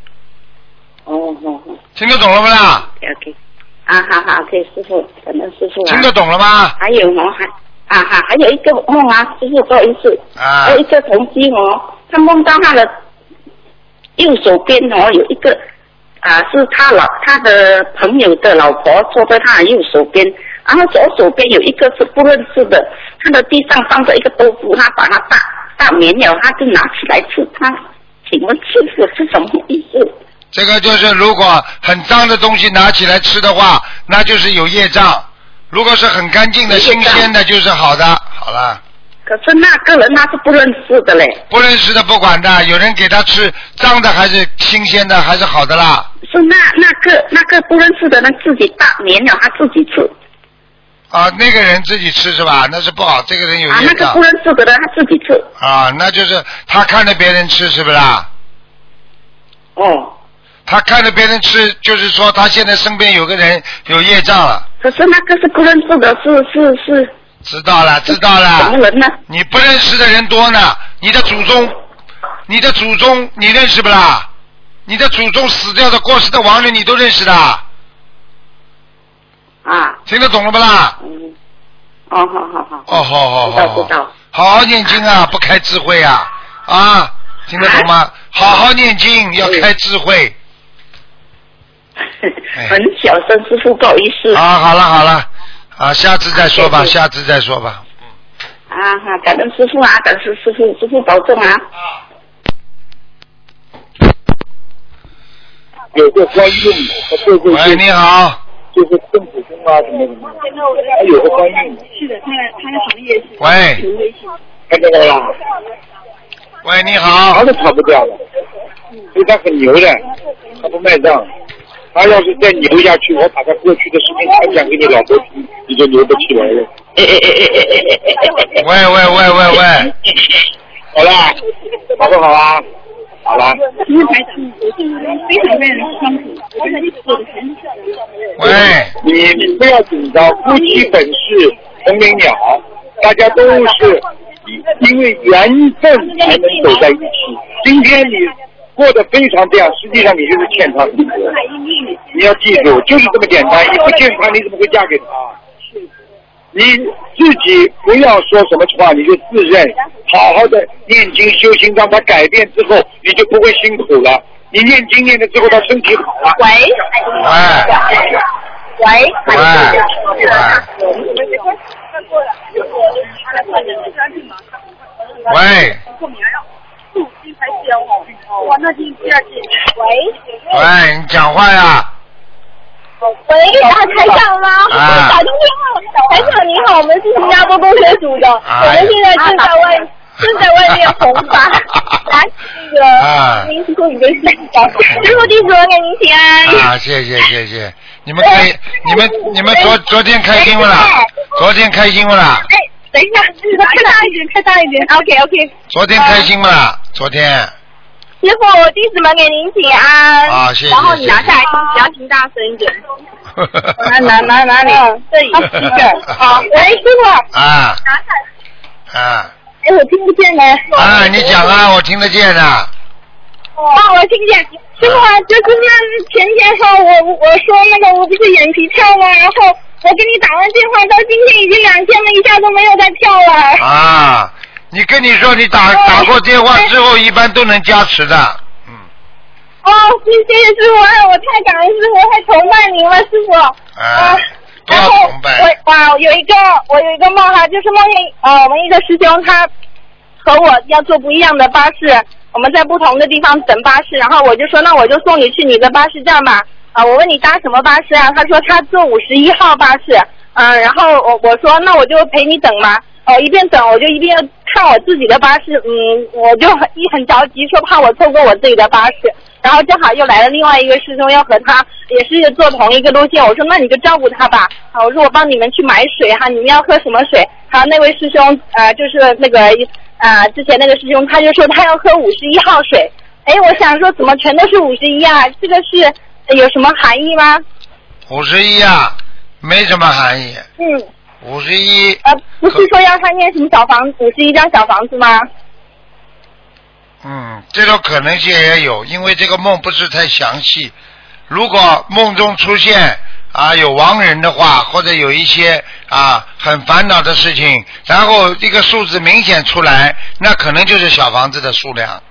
[SPEAKER 2] 听得懂了不啦
[SPEAKER 7] ？OK， 好，可以，师傅，感恩师傅。
[SPEAKER 2] 听得懂了吗？
[SPEAKER 7] 还有还有一个梦啊，师傅不好意思，还有一个同修他梦到他的右手边有一个是他的朋友的老婆坐在他的右手边。然后左手边有一个是不认识的，他的地上放着一个豆腐，他把它大绵了，他就拿起来吃。他请问师傅是什么意思？
[SPEAKER 2] 这个就是如果很脏的东西拿起来吃的话，那就是有业障；如果是很干净的、新鲜的，就是好的。好了。
[SPEAKER 7] 可是那个人他是不认识的嘞。
[SPEAKER 2] 不认识的不管的，有人给他吃脏的还是新鲜的还是好的啦？
[SPEAKER 7] 是那个不认识的人自己大绵了，他自己吃。
[SPEAKER 2] 那个人自己吃是吧？那是不好，这个人有业障。
[SPEAKER 7] 那个不认识的人他自己吃。
[SPEAKER 2] 那就是他看着别人吃是不是啦？他看着别人吃，就是说他现在身边有个人有业障了。
[SPEAKER 7] 可是那个是不认识的，是。
[SPEAKER 2] 知道了。
[SPEAKER 7] 什么人呢？
[SPEAKER 2] 你不认识的人多呢。你的祖宗你认识不啦？你的祖宗死掉的过世的亡人你都认识的。听得懂了不啦？
[SPEAKER 7] 好。
[SPEAKER 2] 知道。好好念经啊，不开智慧啊！听得懂吗？好好念经，要开智慧。
[SPEAKER 7] 很小声，师傅不好意思。
[SPEAKER 2] 好了，下次再说吧，
[SPEAKER 7] 感恩师傅感恩师傅保重啊。
[SPEAKER 5] 有个观音，
[SPEAKER 2] 喂，你好。
[SPEAKER 5] 就是政府工什么，还有个观音。
[SPEAKER 8] 是的，他的行业是。
[SPEAKER 2] 喂。
[SPEAKER 5] 看见了吧？
[SPEAKER 2] 喂，你好。
[SPEAKER 5] 他都跑不掉了，所以他很牛的，他不卖账。他要是再牛下去，我把他过去的事情全讲给你老婆听，你就牛不起来了。
[SPEAKER 2] 喂。
[SPEAKER 5] 好了，好不好啊？好了。
[SPEAKER 8] 其实台长，我就是非常非常辛苦，我真的一直做的很小。
[SPEAKER 2] 喂，
[SPEAKER 5] 你不要紧张，夫妻本是同林鸟，大家都是因为缘分才能走在一起。今天你过得非常这样，实际上你就是欠他很多。你要记住，就是这么简单。你不欠他，你怎么会嫁给他？你自己不要说什么话，你就自认，好好的念经修行，让他改变之后，你就不会辛苦了。你念经念了之后，他身体好了。
[SPEAKER 2] 喂，你讲话呀。
[SPEAKER 8] 以打台长吗？打通电话，台长你好，我们是新加坡供血组的，我们现在正在外面弘法，来那个您师傅你的信息，师傅弟子我给您请安。
[SPEAKER 2] 谢谢，你们可以，你们昨天开心不啦？昨天开心不啦？
[SPEAKER 8] 哎，等一下，开大一点 ，OK。昨
[SPEAKER 2] 天开心不啦？昨天。
[SPEAKER 8] 师傅，弟子们给您请安。
[SPEAKER 2] 谢谢。
[SPEAKER 8] 然后你拿下来，要听大声一点。哪里？这里一个。好，喂，师傅。拿下来。哎，我听不见呢。
[SPEAKER 2] 你讲啊，我听得见的。
[SPEAKER 8] 我听见。师傅啊，就是那前天我说那个我不是眼皮跳吗？然后我给你打完电话到今天已经2天了，一下都没有再跳了。
[SPEAKER 2] 你跟你说，你打过电话之后，一般都能加持的。
[SPEAKER 8] 谢谢师傅，我太感恩师傅，太崇拜您了，师傅。然后我有一个梦哈，就是梦见我们一个师兄他和我要坐不一样的巴士，我们在不同的地方等巴士，然后我就说那我就送你去你的巴士站吧。我问你搭什么巴士啊？他说他坐51号巴士。然后我说那我就陪你等嘛。一边等我就一边看我自己的巴士，我就很着急，说怕我错过我自己的巴士。然后正好又来了另外一个师兄，要和他也是坐同一个路线。我说那你就照顾他吧。我说我帮你们去买水哈，你们要喝什么水？好，那位师兄就是那个之前那个师兄，他就说他要喝51号水。我想说怎么全都是51啊？这个是有什么含义吗
[SPEAKER 2] ？51啊，没什么含义。51。
[SPEAKER 8] 不是说要他念什么51张小房子吗？
[SPEAKER 2] 这种可能性也有，因为这个梦不是太详细。如果梦中出现有亡人的话，或者有一些很烦恼的事情，然后这个数字明显出来，那可能就是小房子的数量。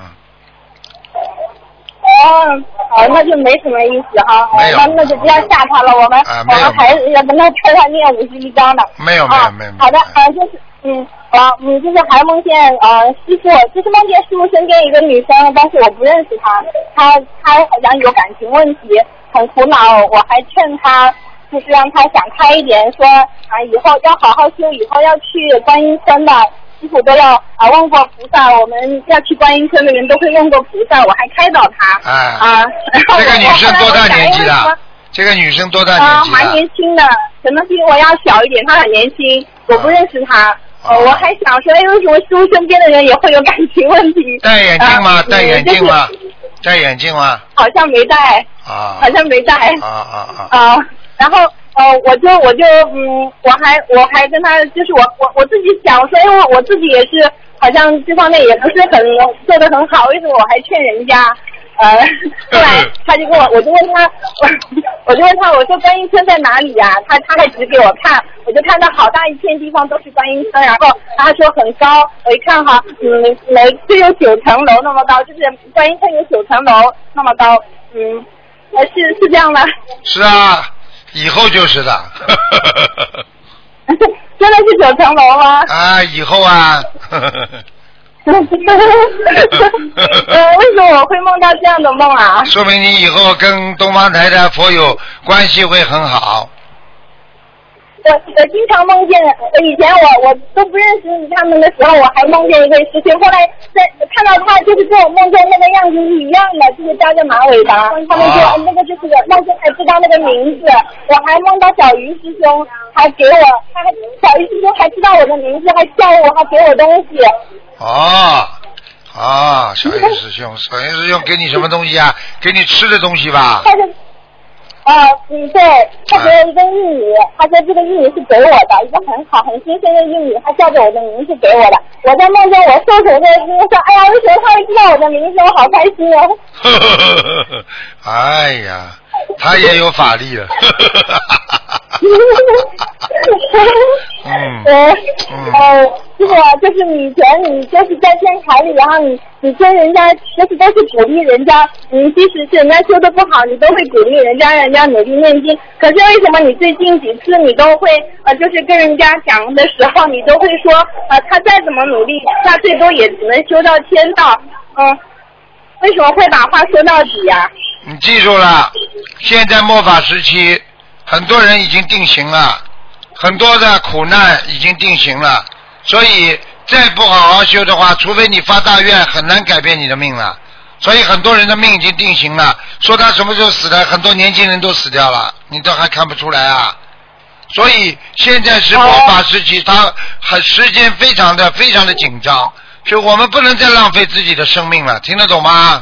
[SPEAKER 8] 好，那就没什么意思哈。那就不要吓他了，我们还要跟他劝他念51章的。
[SPEAKER 2] 没有。
[SPEAKER 8] 好的，就是就是还梦见师傅，就是梦见师傅身边一个女生，但是我不认识她，她好像有感情问题，很苦恼，我还劝她，就是让她想开一点，说以后要好好修，以后要去观音村的。师傅都要问过菩萨，我们要去观音村的人都会问过菩萨，我还开导他。
[SPEAKER 2] 这个女生多大年纪了？这个女生多大年纪了？
[SPEAKER 8] 蛮年轻的，可能比我要小一点，她很年轻，我不认识她。我还想说，为什么师傅身边的人也会有感情问题？
[SPEAKER 2] 戴眼镜吗？戴眼镜吗？戴眼镜吗？
[SPEAKER 8] 好像没戴。好像没戴。然后我还跟他，就是我自己想说，因为我自己也是好像这方面也不是很做得很好，为什么我还劝人家？后来他就跟我就问他，我说观音村在哪里呀？他还指给我看，我就看到好大一片地方都是观音村，然后他说很高，我一看哈，就有9层楼那么高，就是观音村有9层楼那么高，是这样吗？
[SPEAKER 2] 是啊。以后就是的。
[SPEAKER 8] 真的是9层楼吗？
[SPEAKER 2] 以后啊。
[SPEAKER 8] 为什么我会梦到这样的梦啊？
[SPEAKER 2] 说明你以后跟东方台的佛友关系会很好。
[SPEAKER 8] 我经常梦见，以前我都不认识他们的时候，我还梦见一个师兄，后来看到他就是跟我梦见那个样子是一样的，就是扎着马尾巴，他们说那个就是梦见才知道那个名字。我还梦到小鱼师兄，还给我，小鱼师兄还知道我的名字，还叫我，还给我东西。
[SPEAKER 2] 小鱼师兄给你什么东西啊？给你吃的东西吧？
[SPEAKER 8] 对，他给我一根玉米，他说这个玉米是给我的，一个很好很新鲜的玉米，他叫着我的名字给我的。我在梦中我收手在心说，哎呀，为什么他会知道我的名字？我好开心哦。
[SPEAKER 2] 哎呀，他也有法力了。
[SPEAKER 8] 师傅，就是你以前你就是在电台里，然后你跟人家就是都是鼓励人家，即使是人家修的不好，你都会鼓励人家，让人家努力念经。可是为什么你最近几次你都会就是跟人家讲的时候，你都会说他再怎么努力，他最多也只能修到天道。为什么会把话说到底呀？
[SPEAKER 2] 你记住了，现在末法时期很多人已经定型了，很多的苦难已经定型了，所以再不好好修的话，除非你发大愿，很难改变你的命了。所以很多人的命已经定型了，说他什么时候死的，很多年轻人都死掉了，你都还看不出来啊。所以现在是末法时期，他时间非常的紧张，所以我们不能再浪费自己的生命了，听得懂吗？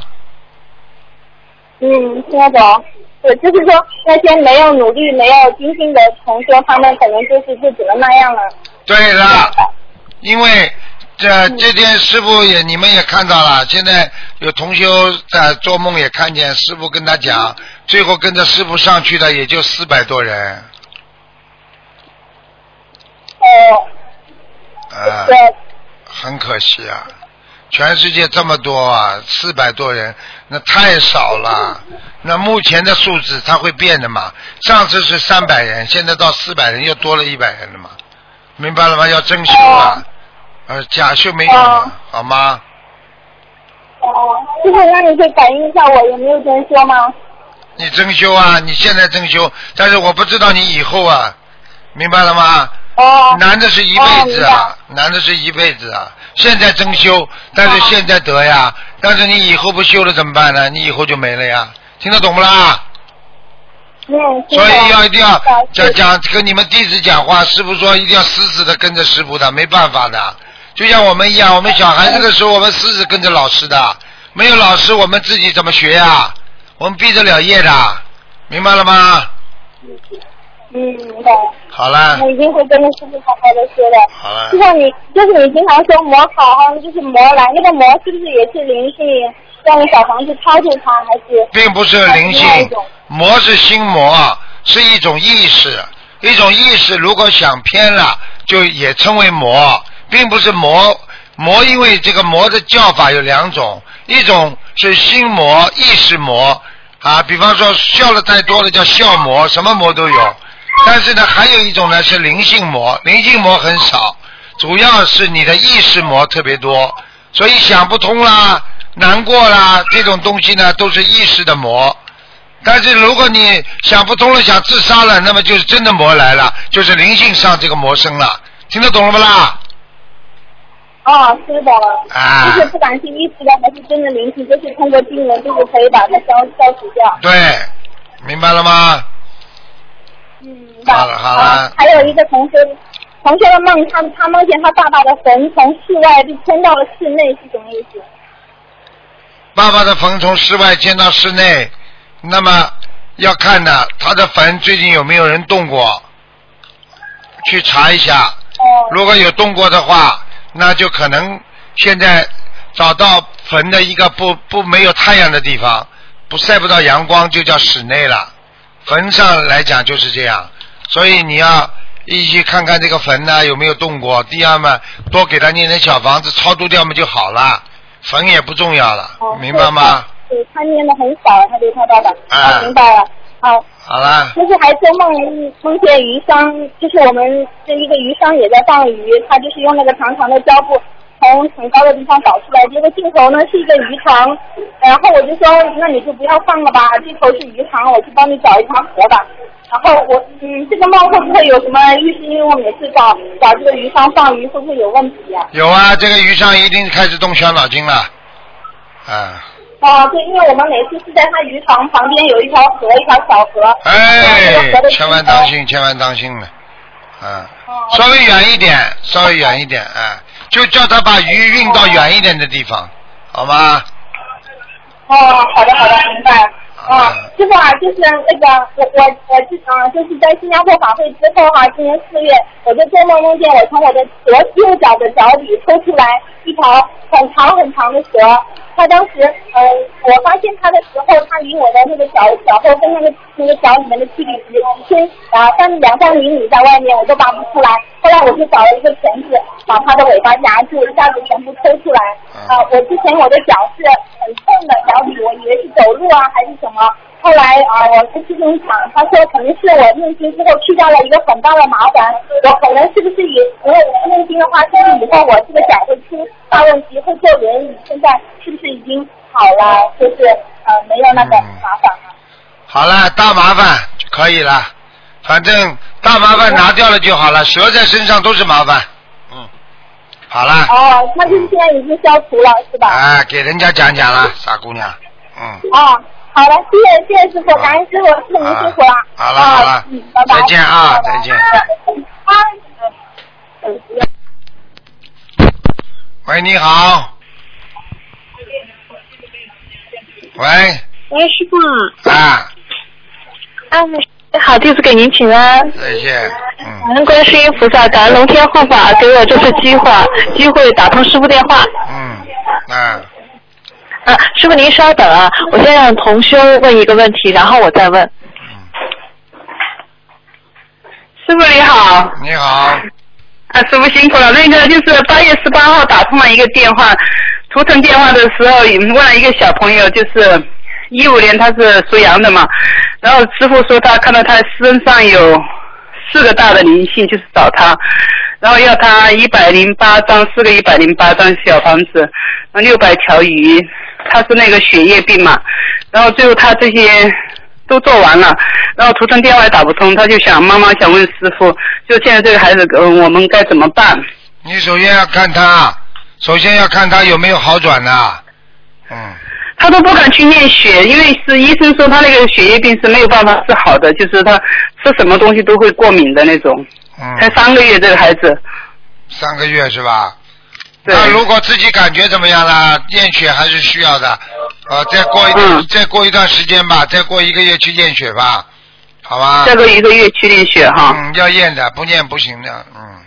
[SPEAKER 8] 听得懂。对，就是说那些没有努力、没有精进的同修，他们可能就只能那样了。
[SPEAKER 2] 对了，因为这天师父你们也看到了，现在有同修在做梦也看见师父跟他讲，最后跟着师父上去的也就400多人。对。很可惜啊，全世界这么多啊，400多人，那太少了。那目前的数字它会变的嘛？上次是300人，现在到400人，又多了100人了嘛？明白了吗？要增修啊，假修没用了，好吗？
[SPEAKER 8] 师傅，那你可以感应一下我有没有增修吗？
[SPEAKER 2] 你增修啊，你现在增修，但是我不知道你以后啊，明白了吗？难的是一辈子啊，难的是一辈子啊。现在增修，但是现在得呀，但是你以后不修了怎么办呢？你以后就没了呀，听得懂不啦？所以一定要讲跟你们弟子讲话，师父说一定要死死的跟着师父的，没办法的。就像我们一样，我们小孩子的时候，我们死死跟着老师的，没有老师我们自己怎么学呀？我们毕得了业的，明白了吗？
[SPEAKER 8] 明白。
[SPEAKER 2] 好了。
[SPEAKER 8] 我一定会跟着师傅好好的学的。
[SPEAKER 2] 好了。
[SPEAKER 8] 就像你经常说魔考哈，就是魔来，那个魔是不是也是灵性？让小房子超度它，还是？并不是灵性，
[SPEAKER 2] 魔是心魔，是一种意识，一种意识如果想偏了，就也称为魔，并不是魔。魔因为这个魔的叫法有2种，一种是心魔、意识魔啊，比方说笑的太多了叫笑魔，什么魔都有。但是呢，还有一种呢是灵性魔，灵性魔很少，主要是你的意识魔特别多，所以想不通啦、难过啦，这种东西呢都是意识的魔。但是如果你想不通了，想自杀了，那么就是真的魔来了，就是灵性上这个魔生了，听得懂了不啦？
[SPEAKER 8] 听得懂了。就是不管是意识的还是真的灵性，就是通过经文，就是可以把它消除掉。
[SPEAKER 2] 对，明白了吗？好了。
[SPEAKER 8] 还有一个同学的梦，他梦见他爸爸的坟从室外被迁到了室内，是什么意思？
[SPEAKER 2] 爸爸的坟从室外迁到室内，那么要看的，他的坟最近有没有人动过，去查一下。如果有动过的话，那就可能现在找到坟的一个不没有太阳的地方，不晒不到阳光，就叫室内了。坟上来讲就是这样，所以你要一起看看这个坟呢有没有动过。第二嘛，多给他念点小房子超度掉嘛就好了，坟也不重要了，明白吗？
[SPEAKER 8] 对，他念的很少，他对他爸爸。明白了。
[SPEAKER 2] 好了。
[SPEAKER 8] 就是还做梦见鱼商，就是我们这一个鱼商也在放鱼，他就是用那个长长的胶布从很高的地方导出来，结果镜头呢是一个鱼塘，然后我就说那你就不要放了吧，这头是鱼塘，我去帮你找一条河吧。然后这个梦会不会有什么预示？因为我每次找这个鱼商放鱼会不会有问题啊？
[SPEAKER 2] 有啊，这个鱼商一定开始动小脑筋了。
[SPEAKER 8] 对，因为我们每次是在它鱼塘旁边有一条河，一条小河。
[SPEAKER 2] 千万当心，千万当心了。稍微远一点，就叫他把鱼运到远一点的地方，好吗？
[SPEAKER 8] 好的，明白。师傅啊，就是那个我就是在新加坡法会之后哈，今年4月，我就做梦见我从我的右脚的脚底抽出来一条很长的蛇。他当时我发现他的时候，他离我的那个脚后跟那个脚里面的距离只1两三厘米在外面，我都拔不出来。后来我就找了一个钳子，把他的尾巴夹住，一下子全部抽出来。我之前我的脚是很痛的脚底，我以为是走路啊还是什么。后来我跟师兄讲，他说可能是我念经之后去掉了一个很大的麻烦，我可能是不是也因为我念经的话，是不是以后我这个脚会出大问题，会坐轮椅？现在是不是已经好了？就是没有那个麻烦了。
[SPEAKER 2] 好了，大麻烦就可以了。 反正大麻烦拿掉了就好了，蛇在身上都是麻烦。好了。
[SPEAKER 8] 哦，那就是现在已经消除了，是吧？
[SPEAKER 2] 啊，给人家讲讲了，傻姑娘。
[SPEAKER 8] 哦，好了，谢谢师傅，感恩师傅，师傅您辛苦了。
[SPEAKER 2] 好了好了，
[SPEAKER 8] 拜拜。
[SPEAKER 2] 再见啊，再见。喂，你好。喂。
[SPEAKER 9] 喂，师傅。
[SPEAKER 2] 啊。
[SPEAKER 9] 好，弟子给您请安。
[SPEAKER 2] 谢谢。
[SPEAKER 9] 感恩观世音菩萨，感恩龙天护法给我这次机会打通师傅电话。师傅您稍等啊，我先让同修问一个问题，然后我再问。师傅你好。
[SPEAKER 2] 你好。
[SPEAKER 9] 师傅辛苦了。那个就是8月18号打通了一个电话，图腾电话的时候问了一个小朋友，就是15年他是属羊的嘛，然后师傅说他看到他身上有4个大的灵性，就是找他，然后要他108张4个108张小房子，600条鱼，他是那个血液病嘛，然后最后他这些都做完了，然后图腾电话也打不通，他就想妈妈想问师傅，就现在这个孩子我们该怎么办？
[SPEAKER 2] 你首先要看他有没有好转呢？
[SPEAKER 9] 他都不敢去验血，因为是医生说他那个血液病是没有办法治好的，就是他吃什么东西都会过敏的那种。才3个月这个孩子。
[SPEAKER 2] 3个月是吧？
[SPEAKER 9] 对。
[SPEAKER 2] 那如果自己感觉怎么样了？验血还是需要的。再过一段时间吧，再过1个月去验血吧，好吧？
[SPEAKER 9] 再过1个月去验血哈。
[SPEAKER 2] 要验的，不验不行的，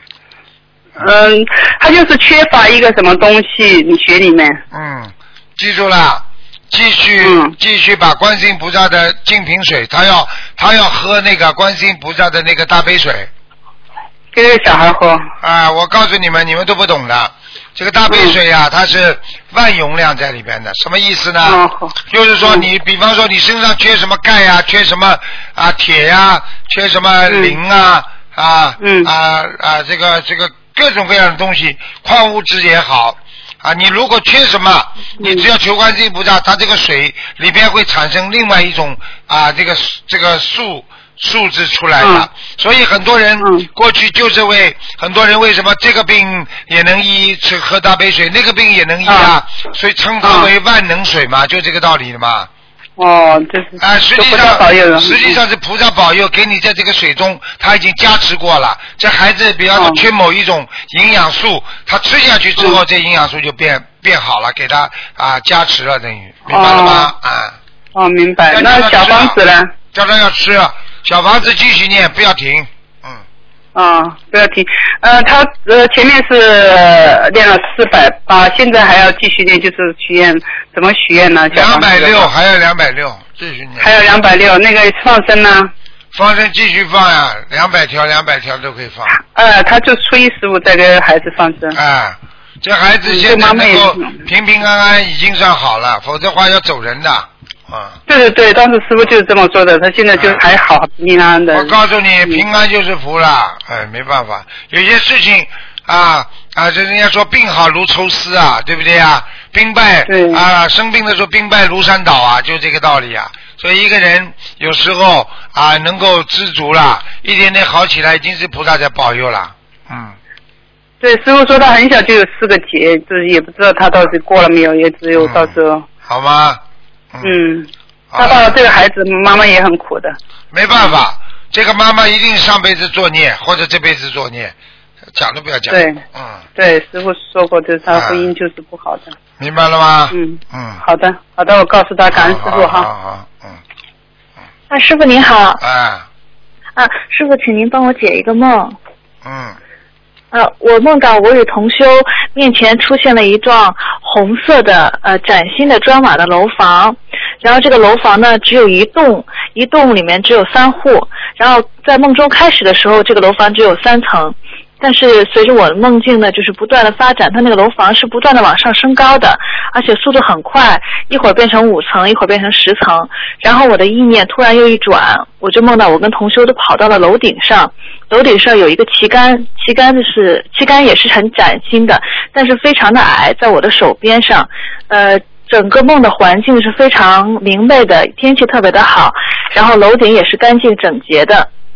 [SPEAKER 9] 他就是缺乏一个什么东西，你血里面。
[SPEAKER 2] 记住了。继续把观世音菩萨的净瓶水，他要喝那个观世音菩萨的那个大杯水，
[SPEAKER 9] 给那个小孩喝。
[SPEAKER 2] 我告诉你们都不懂的，这个大杯水啊，它是万容量在里边的，什么意思呢？就是说你比方说你身上缺什么钙呀，缺什么铁呀，缺什么磷啊，这个各种各样的东西，矿物质也好。你如果缺什么，你只要求观世音菩萨，它这个水里边会产生另外一种这个数字出来的。所以很多人过去就是很多人为什么这个病也能医，喝大杯水，那个病也能医所以称它为万能水嘛，就这个道理的嘛。
[SPEAKER 9] 就是
[SPEAKER 2] 实际上是菩萨保佑，给你在这个水中，他已经加持过了。这孩子比方说缺某一种营养素，他吃下去之后，这营养素就变好了，给他加持了，等于明白了吗？
[SPEAKER 9] 明白。那小房子呢？
[SPEAKER 2] 叫他要吃，小房子继续念，不要停。
[SPEAKER 9] 不要停。他前面是练了480，现在还要继续练，就是许愿，怎么许愿呢
[SPEAKER 2] ？260，还要260，继续念。
[SPEAKER 9] 还有260，那个放生呢？
[SPEAKER 2] 放生继续放呀，200条都可以放。
[SPEAKER 9] 他就初一15再给孩子放生。
[SPEAKER 2] 这孩子现在能够平平安安，已经算好了，否则的话要走人的。
[SPEAKER 9] 对，当时师傅就是这么说的，他现在就还好，平安的。
[SPEAKER 2] 我告诉你，平安就是福了，没办法，有些事情这人家说病好如抽丝啊，对不对啊？兵败生病的时候兵败如山倒啊，就这个道理啊。所以一个人有时候能够知足了，一点点好起来，已经是菩萨在保佑了。
[SPEAKER 9] 对，师傅说他很小就有4个劫，就是也不知道他到底过了没有，也只有到时候。
[SPEAKER 2] 好吗？
[SPEAKER 9] 他到了这个孩子，妈妈也很苦的。
[SPEAKER 2] 没办法，这个妈妈一定上辈子作孽，或者这辈子作孽，讲都不要讲。
[SPEAKER 9] 对，师傅说过，就是他婚姻就是不好的。
[SPEAKER 2] 明白了吗？
[SPEAKER 9] 好的，我告诉他，感恩师傅哈。师傅您好。师傅，请您帮我解一个梦。我梦到我与同修面前出现了一幢红色的崭新的砖瓦的楼房，然后这个楼房呢只有一栋里面只有3户，然后在梦中开始的时候这个楼房只有3层，但是随着我的梦境呢就是不断的发展，它那个楼房是不断的往上升高的，而且速度很快，一会儿变成5层，一会儿变成10层，然后我的意念突然又一转，我就梦到我跟同修都跑到了楼顶上，楼顶上有一个旗杆也是很崭新的，但是非常的矮，在我的手边上，整个梦的环境是非常明媚的，天气特别的好，然后楼顶也是干净整洁的。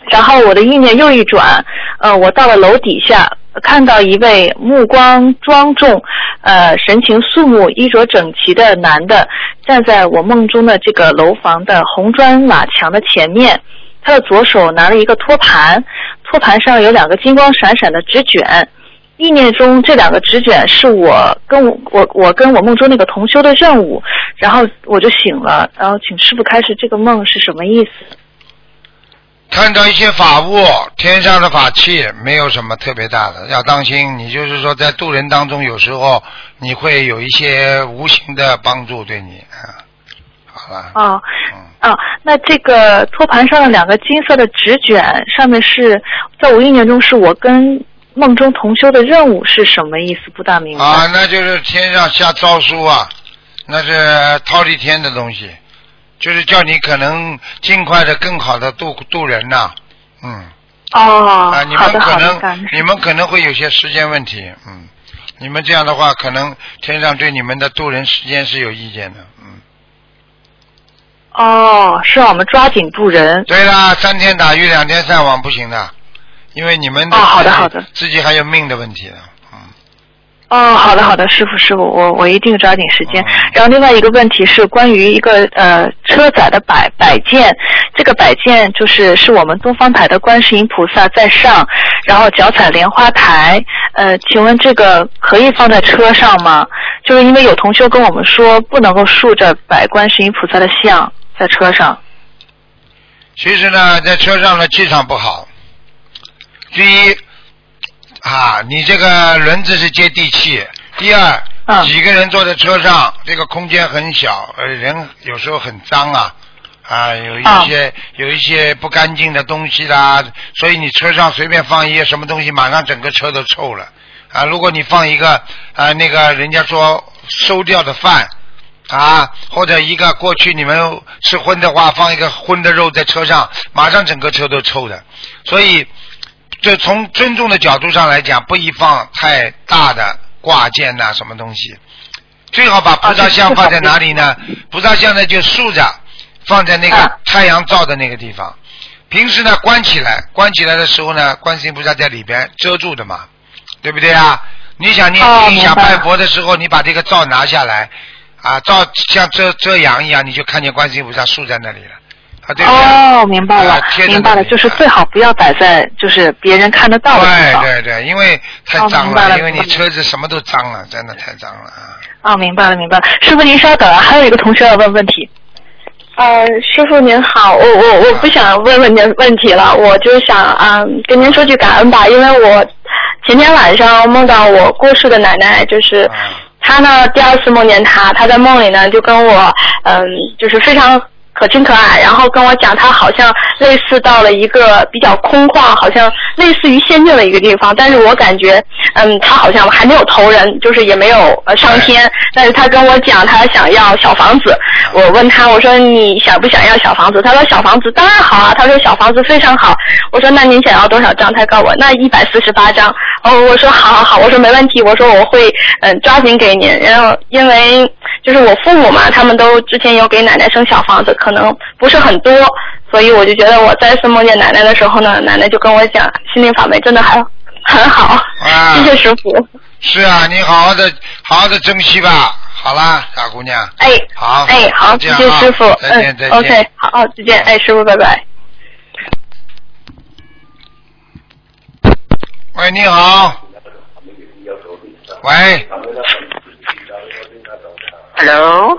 [SPEAKER 9] 然后我的意念又一转，我到了楼底下，看到一位目光庄重、神情肃穆、衣着整齐的男的站在我梦中的这个楼房的红砖瓦墙的前面，他的左手拿了一个托盘，托盘上有2个金光闪闪的纸卷。意念中这2个纸卷是我跟我梦中那个同修的任务，然后我就醒了，然后请师父开示这个梦是什么意思？
[SPEAKER 2] 看到一些法物，天上的法器，没有什么特别大的，要当心。你就是说在渡人当中，有时候你会有一些无形的帮助对你好了。
[SPEAKER 9] 那这个托盘上的2个金色的纸卷，上面是在我意念中是我跟梦中同修的任务是什么意思？不大明白。
[SPEAKER 2] 那就是天上下诏书啊，那是忉利天的东西，就是叫你可能尽快的、更好的渡人呐。你们可能会有些时间问题，你们这样的话，可能天上对你们的渡人时间是有意见的，
[SPEAKER 9] 是让我们抓紧渡人。
[SPEAKER 2] 对啦，3天打鱼2天晒网不行的。因为你们
[SPEAKER 9] 好的
[SPEAKER 2] 自己还有命的问题呢。
[SPEAKER 9] 好的，师傅，我一定抓紧时间。然后另外一个问题是关于一个车载的摆件，这个摆件是我们东方台的观世音菩萨在上，然后脚踩莲花台。请问这个可以放在车上吗？就是因为有同修跟我们说不能够竖着摆观世音菩萨的像在车上。
[SPEAKER 2] 其实呢，在车上的气场不好。第一你这个轮子是接地气。第二，几个人坐在车上，这个空间很小，人有时候很脏有一些不干净的东西啦，所以你车上随便放一些什么东西，马上整个车都臭了如果你放一个那个人家说馊掉的饭或者一个过去你们吃荤的话，放一个荤的肉在车上，马上整个车都臭的。所以这从尊重的角度上来讲，不宜放太大的挂件什么东西，最好把菩萨像放在哪里呢？菩萨像呢就竖着放在那个太阳照的那个地方。平时呢关起来的时候呢，观世音菩萨在里边遮住的嘛，对不对啊？你想念经想拜佛的时候，你把这个罩拿下来罩像遮阳一样，你就看见观世音菩萨竖在那里了。对
[SPEAKER 9] 明白了，就是最好不要摆在就是别人看得到的地方。
[SPEAKER 2] 对，因为太脏了，因为你车子什么都脏了，真的太脏了
[SPEAKER 9] 明白了。师傅您稍等还有一个同学要问问题。
[SPEAKER 10] 师傅您好，我不想问您问题了，我就想跟您说句感恩吧，因为我前天晚上梦到我过世的奶奶，就是她呢第2次梦见她在梦里呢就跟我就是非常可亲可爱，然后跟我讲他好像类似到了一个比较空旷，好像类似于仙境的一个地方，但是我感觉他好像还没有投人，就是也没有上天，但是他跟我讲他想要小房子。我问他，我说你想不想要小房子？他说小房子当然好啊，他说小房子非常好。我说那您想要多少张？他告诉我那148张。我说好，我说没问题，我说我会抓紧给您。然后因为就是我父母嘛，他们都之前有给奶奶生小房子，可能不是很多，所以我就觉得我再次梦见奶奶的时候呢，奶奶就跟我讲心灵法门真的还很好。谢谢师傅。
[SPEAKER 2] 是啊，你好好的珍惜吧。好啦，大姑娘。好，
[SPEAKER 10] 谢谢师傅。
[SPEAKER 2] 再见。
[SPEAKER 10] OK， 好，再见。师傅拜拜。
[SPEAKER 2] 喂，你好。喂。
[SPEAKER 11] Hello。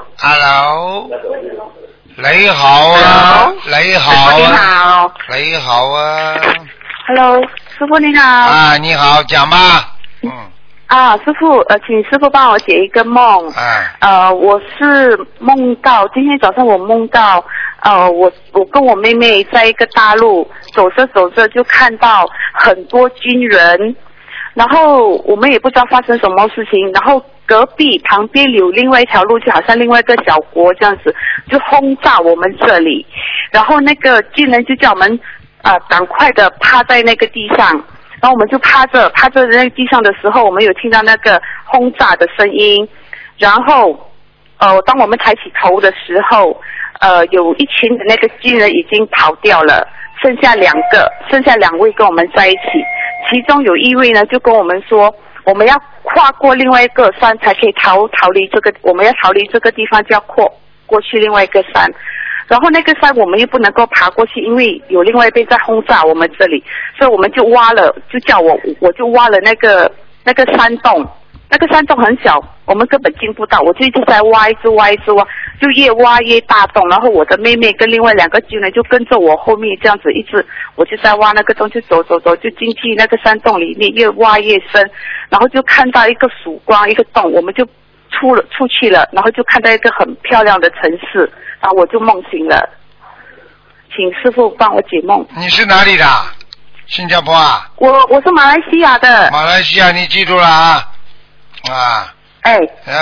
[SPEAKER 2] 你好啊。你好。
[SPEAKER 11] 你
[SPEAKER 2] 好啊。
[SPEAKER 11] Hello， 师傅你好。
[SPEAKER 2] 你好，讲吧。
[SPEAKER 11] 师傅，请师傅帮我解一个梦。我是梦到今天早上我梦到，我跟我妹妹在一个大路走着就看到很多军人，然后我们也不知道发生什么事情，然后隔壁旁边有另外一条路，就好像另外一个小国这样子，就轰炸我们这里，然后那个军人就叫我们赶快的趴在那个地上。然后我们就趴着那个地上的时候，我们有听到那个轰炸的声音，然后当我们抬起头的时候，有一群的那个军人已经跑掉了， 剩下两位跟我们在一起，其中有一位呢就跟我们说，我们要跨过另外一个山才可以逃离这个，我们要逃离这个地方就要过去另外一个山，然后那个山我们又不能够爬过去，因为有另外一边在轰炸我们这里，所以我们就挖了，就叫我就挖了那个山洞。那个山洞很小，我们根本进不到，我就一直在挖，一直挖，就越挖越大洞。然后我的妹妹跟另外2个军人就跟着我后面这样子一直，我就在挖那个洞，就走，就进去那个山洞里面，越挖越深。然后就看到一个曙光，一个洞，我们就出去了，然后就看到一个很漂亮的城市，然后我就梦醒了。请师父帮我解梦。
[SPEAKER 2] 你是哪里的？新加坡啊？
[SPEAKER 11] 我是马来西亚的。
[SPEAKER 2] 马来西亚，你记住了啊。
[SPEAKER 11] 哎，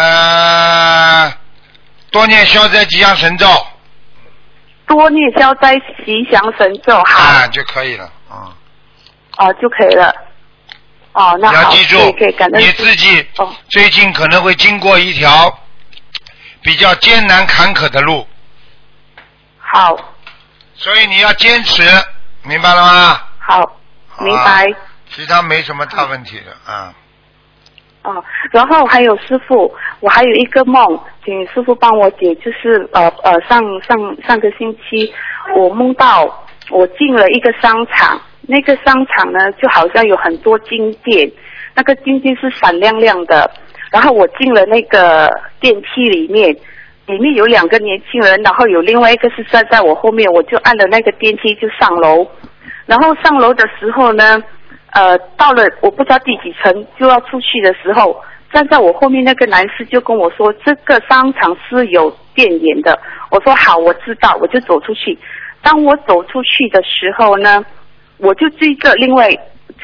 [SPEAKER 2] 多念消灾吉祥神咒。
[SPEAKER 11] 多念消灾吉祥神咒，好，
[SPEAKER 2] 就可以了。
[SPEAKER 11] 就可以了。那好，
[SPEAKER 2] 要记住，你自己最近可能会经过一条比较艰难坎坷的路。
[SPEAKER 11] 好。
[SPEAKER 2] 所以你要坚持，明白了吗？
[SPEAKER 11] 好，明白。
[SPEAKER 2] 其他没什么大问题的
[SPEAKER 11] 然后还有师父，我还有一个梦，请师父帮我解，就是上个星期我梦到我进了一个商场，那个商场呢就好像有很多金店，那个金店是闪亮亮的，然后我进了那个电梯里面有2个年轻人，然后有另外一个是站在我后面，我就按了那个电梯就上楼，然后上楼的时候呢到了我不知道第几层就要出去的时候，站在我后面那个男士就跟我说，这个商场是有电源的。我说好，我知道，我就走出去。当我走出去的时候呢，我就追着另外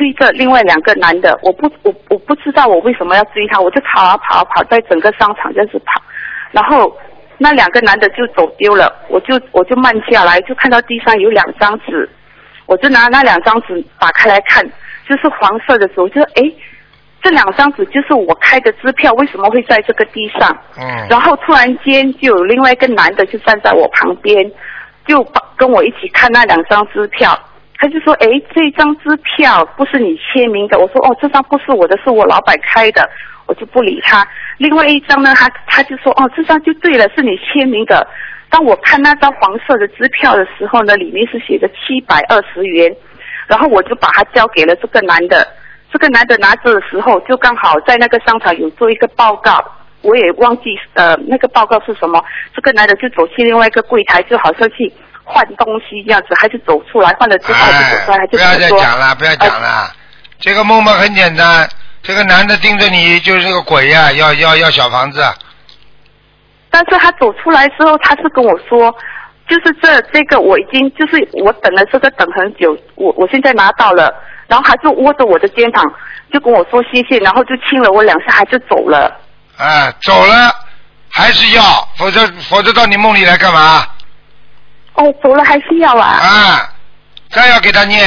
[SPEAKER 11] 2个男的，我不知道我为什么要追他，我就跑在整个商场就是跑，然后那2个男的就走丢了，我就慢下来，就看到地上有2张纸，我就拿那2张纸打开来看。就是黄色的纸，我就这2张纸就是我开的支票，为什么会在这个地上？然后突然间就有另外一个男的就站在我旁边，就跟我一起看那2张支票。他就说：“这张支票不是你签名的。”我说：“这张不是我的，是我老板开的。”我就不理他。另外一张呢，他就说：“这张就对了，是你签名的。”当我看那张黄色的支票的时候呢，里面是写着720元。然后我就把它交给了这个男的，这个男的拿着的时候，就刚好在那个商场有做一个报告，我也忘记那个报告是什么。这个男的就走去另外一个柜台，就好像去换东西这样子，他就走出来，换了之后就走出来，就
[SPEAKER 2] 不要再讲了，不要讲了。这个梦很简单，这个男的盯着你就是个鬼呀，要小房子。
[SPEAKER 11] 但是他走出来之后，他是跟我说。就是这个我已经就是我等了这个等很久，我现在拿到了，然后他就握着我的肩膀，就跟我说谢谢，然后就亲了我2下，他就走了。
[SPEAKER 2] 走了还是要，否则到你梦里来干嘛？
[SPEAKER 11] 走了还是要啊？
[SPEAKER 2] 再要给他念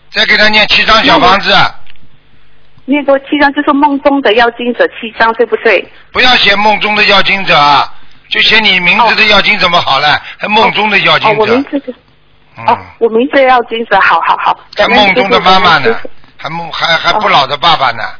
[SPEAKER 2] 7张小房子。
[SPEAKER 11] 念多7张，就是梦中的要经者7张，对不对？
[SPEAKER 2] 不要写梦中的要经者啊。就写你名字的要经怎么好了？还梦中的要经者。
[SPEAKER 11] 我名字我名字要经者，好。
[SPEAKER 2] 还梦中的妈妈呢，还不老的爸爸呢，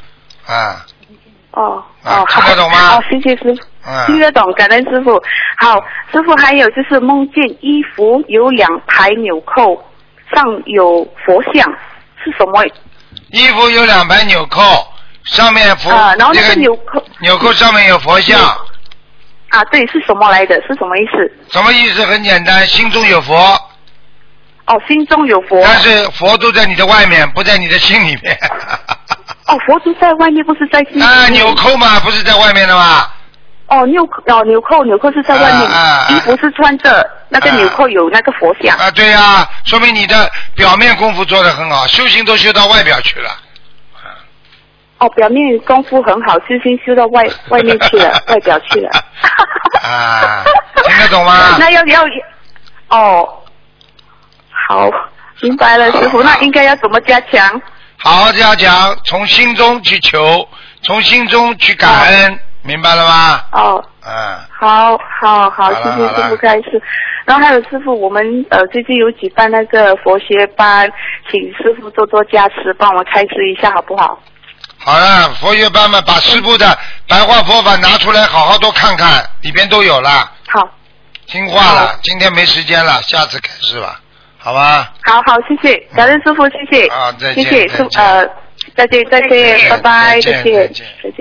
[SPEAKER 2] 听得懂吗？
[SPEAKER 11] 谢谢师傅。听得懂，感恩师傅。好，师傅还有就是梦见衣服有2排纽扣，上有佛像，是什么？
[SPEAKER 2] 衣服有2排纽扣，上面
[SPEAKER 11] 然后那个
[SPEAKER 2] 纽扣上面有佛像。
[SPEAKER 11] 对，是什么来的？是什么意思？
[SPEAKER 2] 什么意思？很简单，心中有佛。
[SPEAKER 11] 心中有佛。
[SPEAKER 2] 但是佛都在你的外面，不在你的心里面。
[SPEAKER 11] 佛都在外面，不是在心里面。
[SPEAKER 2] 纽扣嘛，不是在外面的吗？
[SPEAKER 11] 纽扣是在外面，衣服是穿着，那个纽扣有那个佛像。
[SPEAKER 2] 对呀，说明你的表面功夫做得很好，修行都修到外表去了。
[SPEAKER 11] 表面功夫很好，修行修到外面去了，外表去了。
[SPEAKER 2] 听得懂吗？
[SPEAKER 11] 那要好，明白了，师傅。那应该要怎么加强？
[SPEAKER 2] 好好加强，从心中去求，从心中去感恩，明白了吗？
[SPEAKER 11] 好，谢谢师傅开始。然后还有师傅，我们最近有举办那个佛学班，请师傅多多加持，帮我开示一下好不好？
[SPEAKER 2] 好了，佛学班嘛，把师父的白话佛法拿出来，好好多看看，里边都有了。
[SPEAKER 11] 好，
[SPEAKER 2] 听话了，今天没时间了，下次开始吧，好吧？
[SPEAKER 11] 好，谢谢，感恩师父，谢谢。
[SPEAKER 2] 啊，再见。
[SPEAKER 11] 谢谢师再见，拜拜，再见。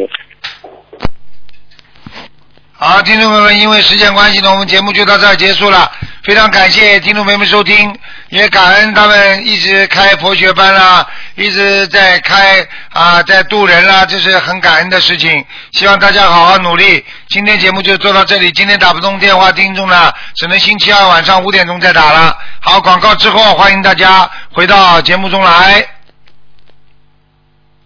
[SPEAKER 2] 好，听众朋友们，因为时间关系呢，我们节目就到这儿结束了。非常感谢听众朋友们收听，也感恩他们一直开佛学班啦，一直在开在渡人啦，这是很感恩的事情。希望大家好好努力。今天节目就做到这里，今天打不通电话，听众呢只能星期二晚上5点钟再打了。好，广告之后欢迎大家回到节目中来。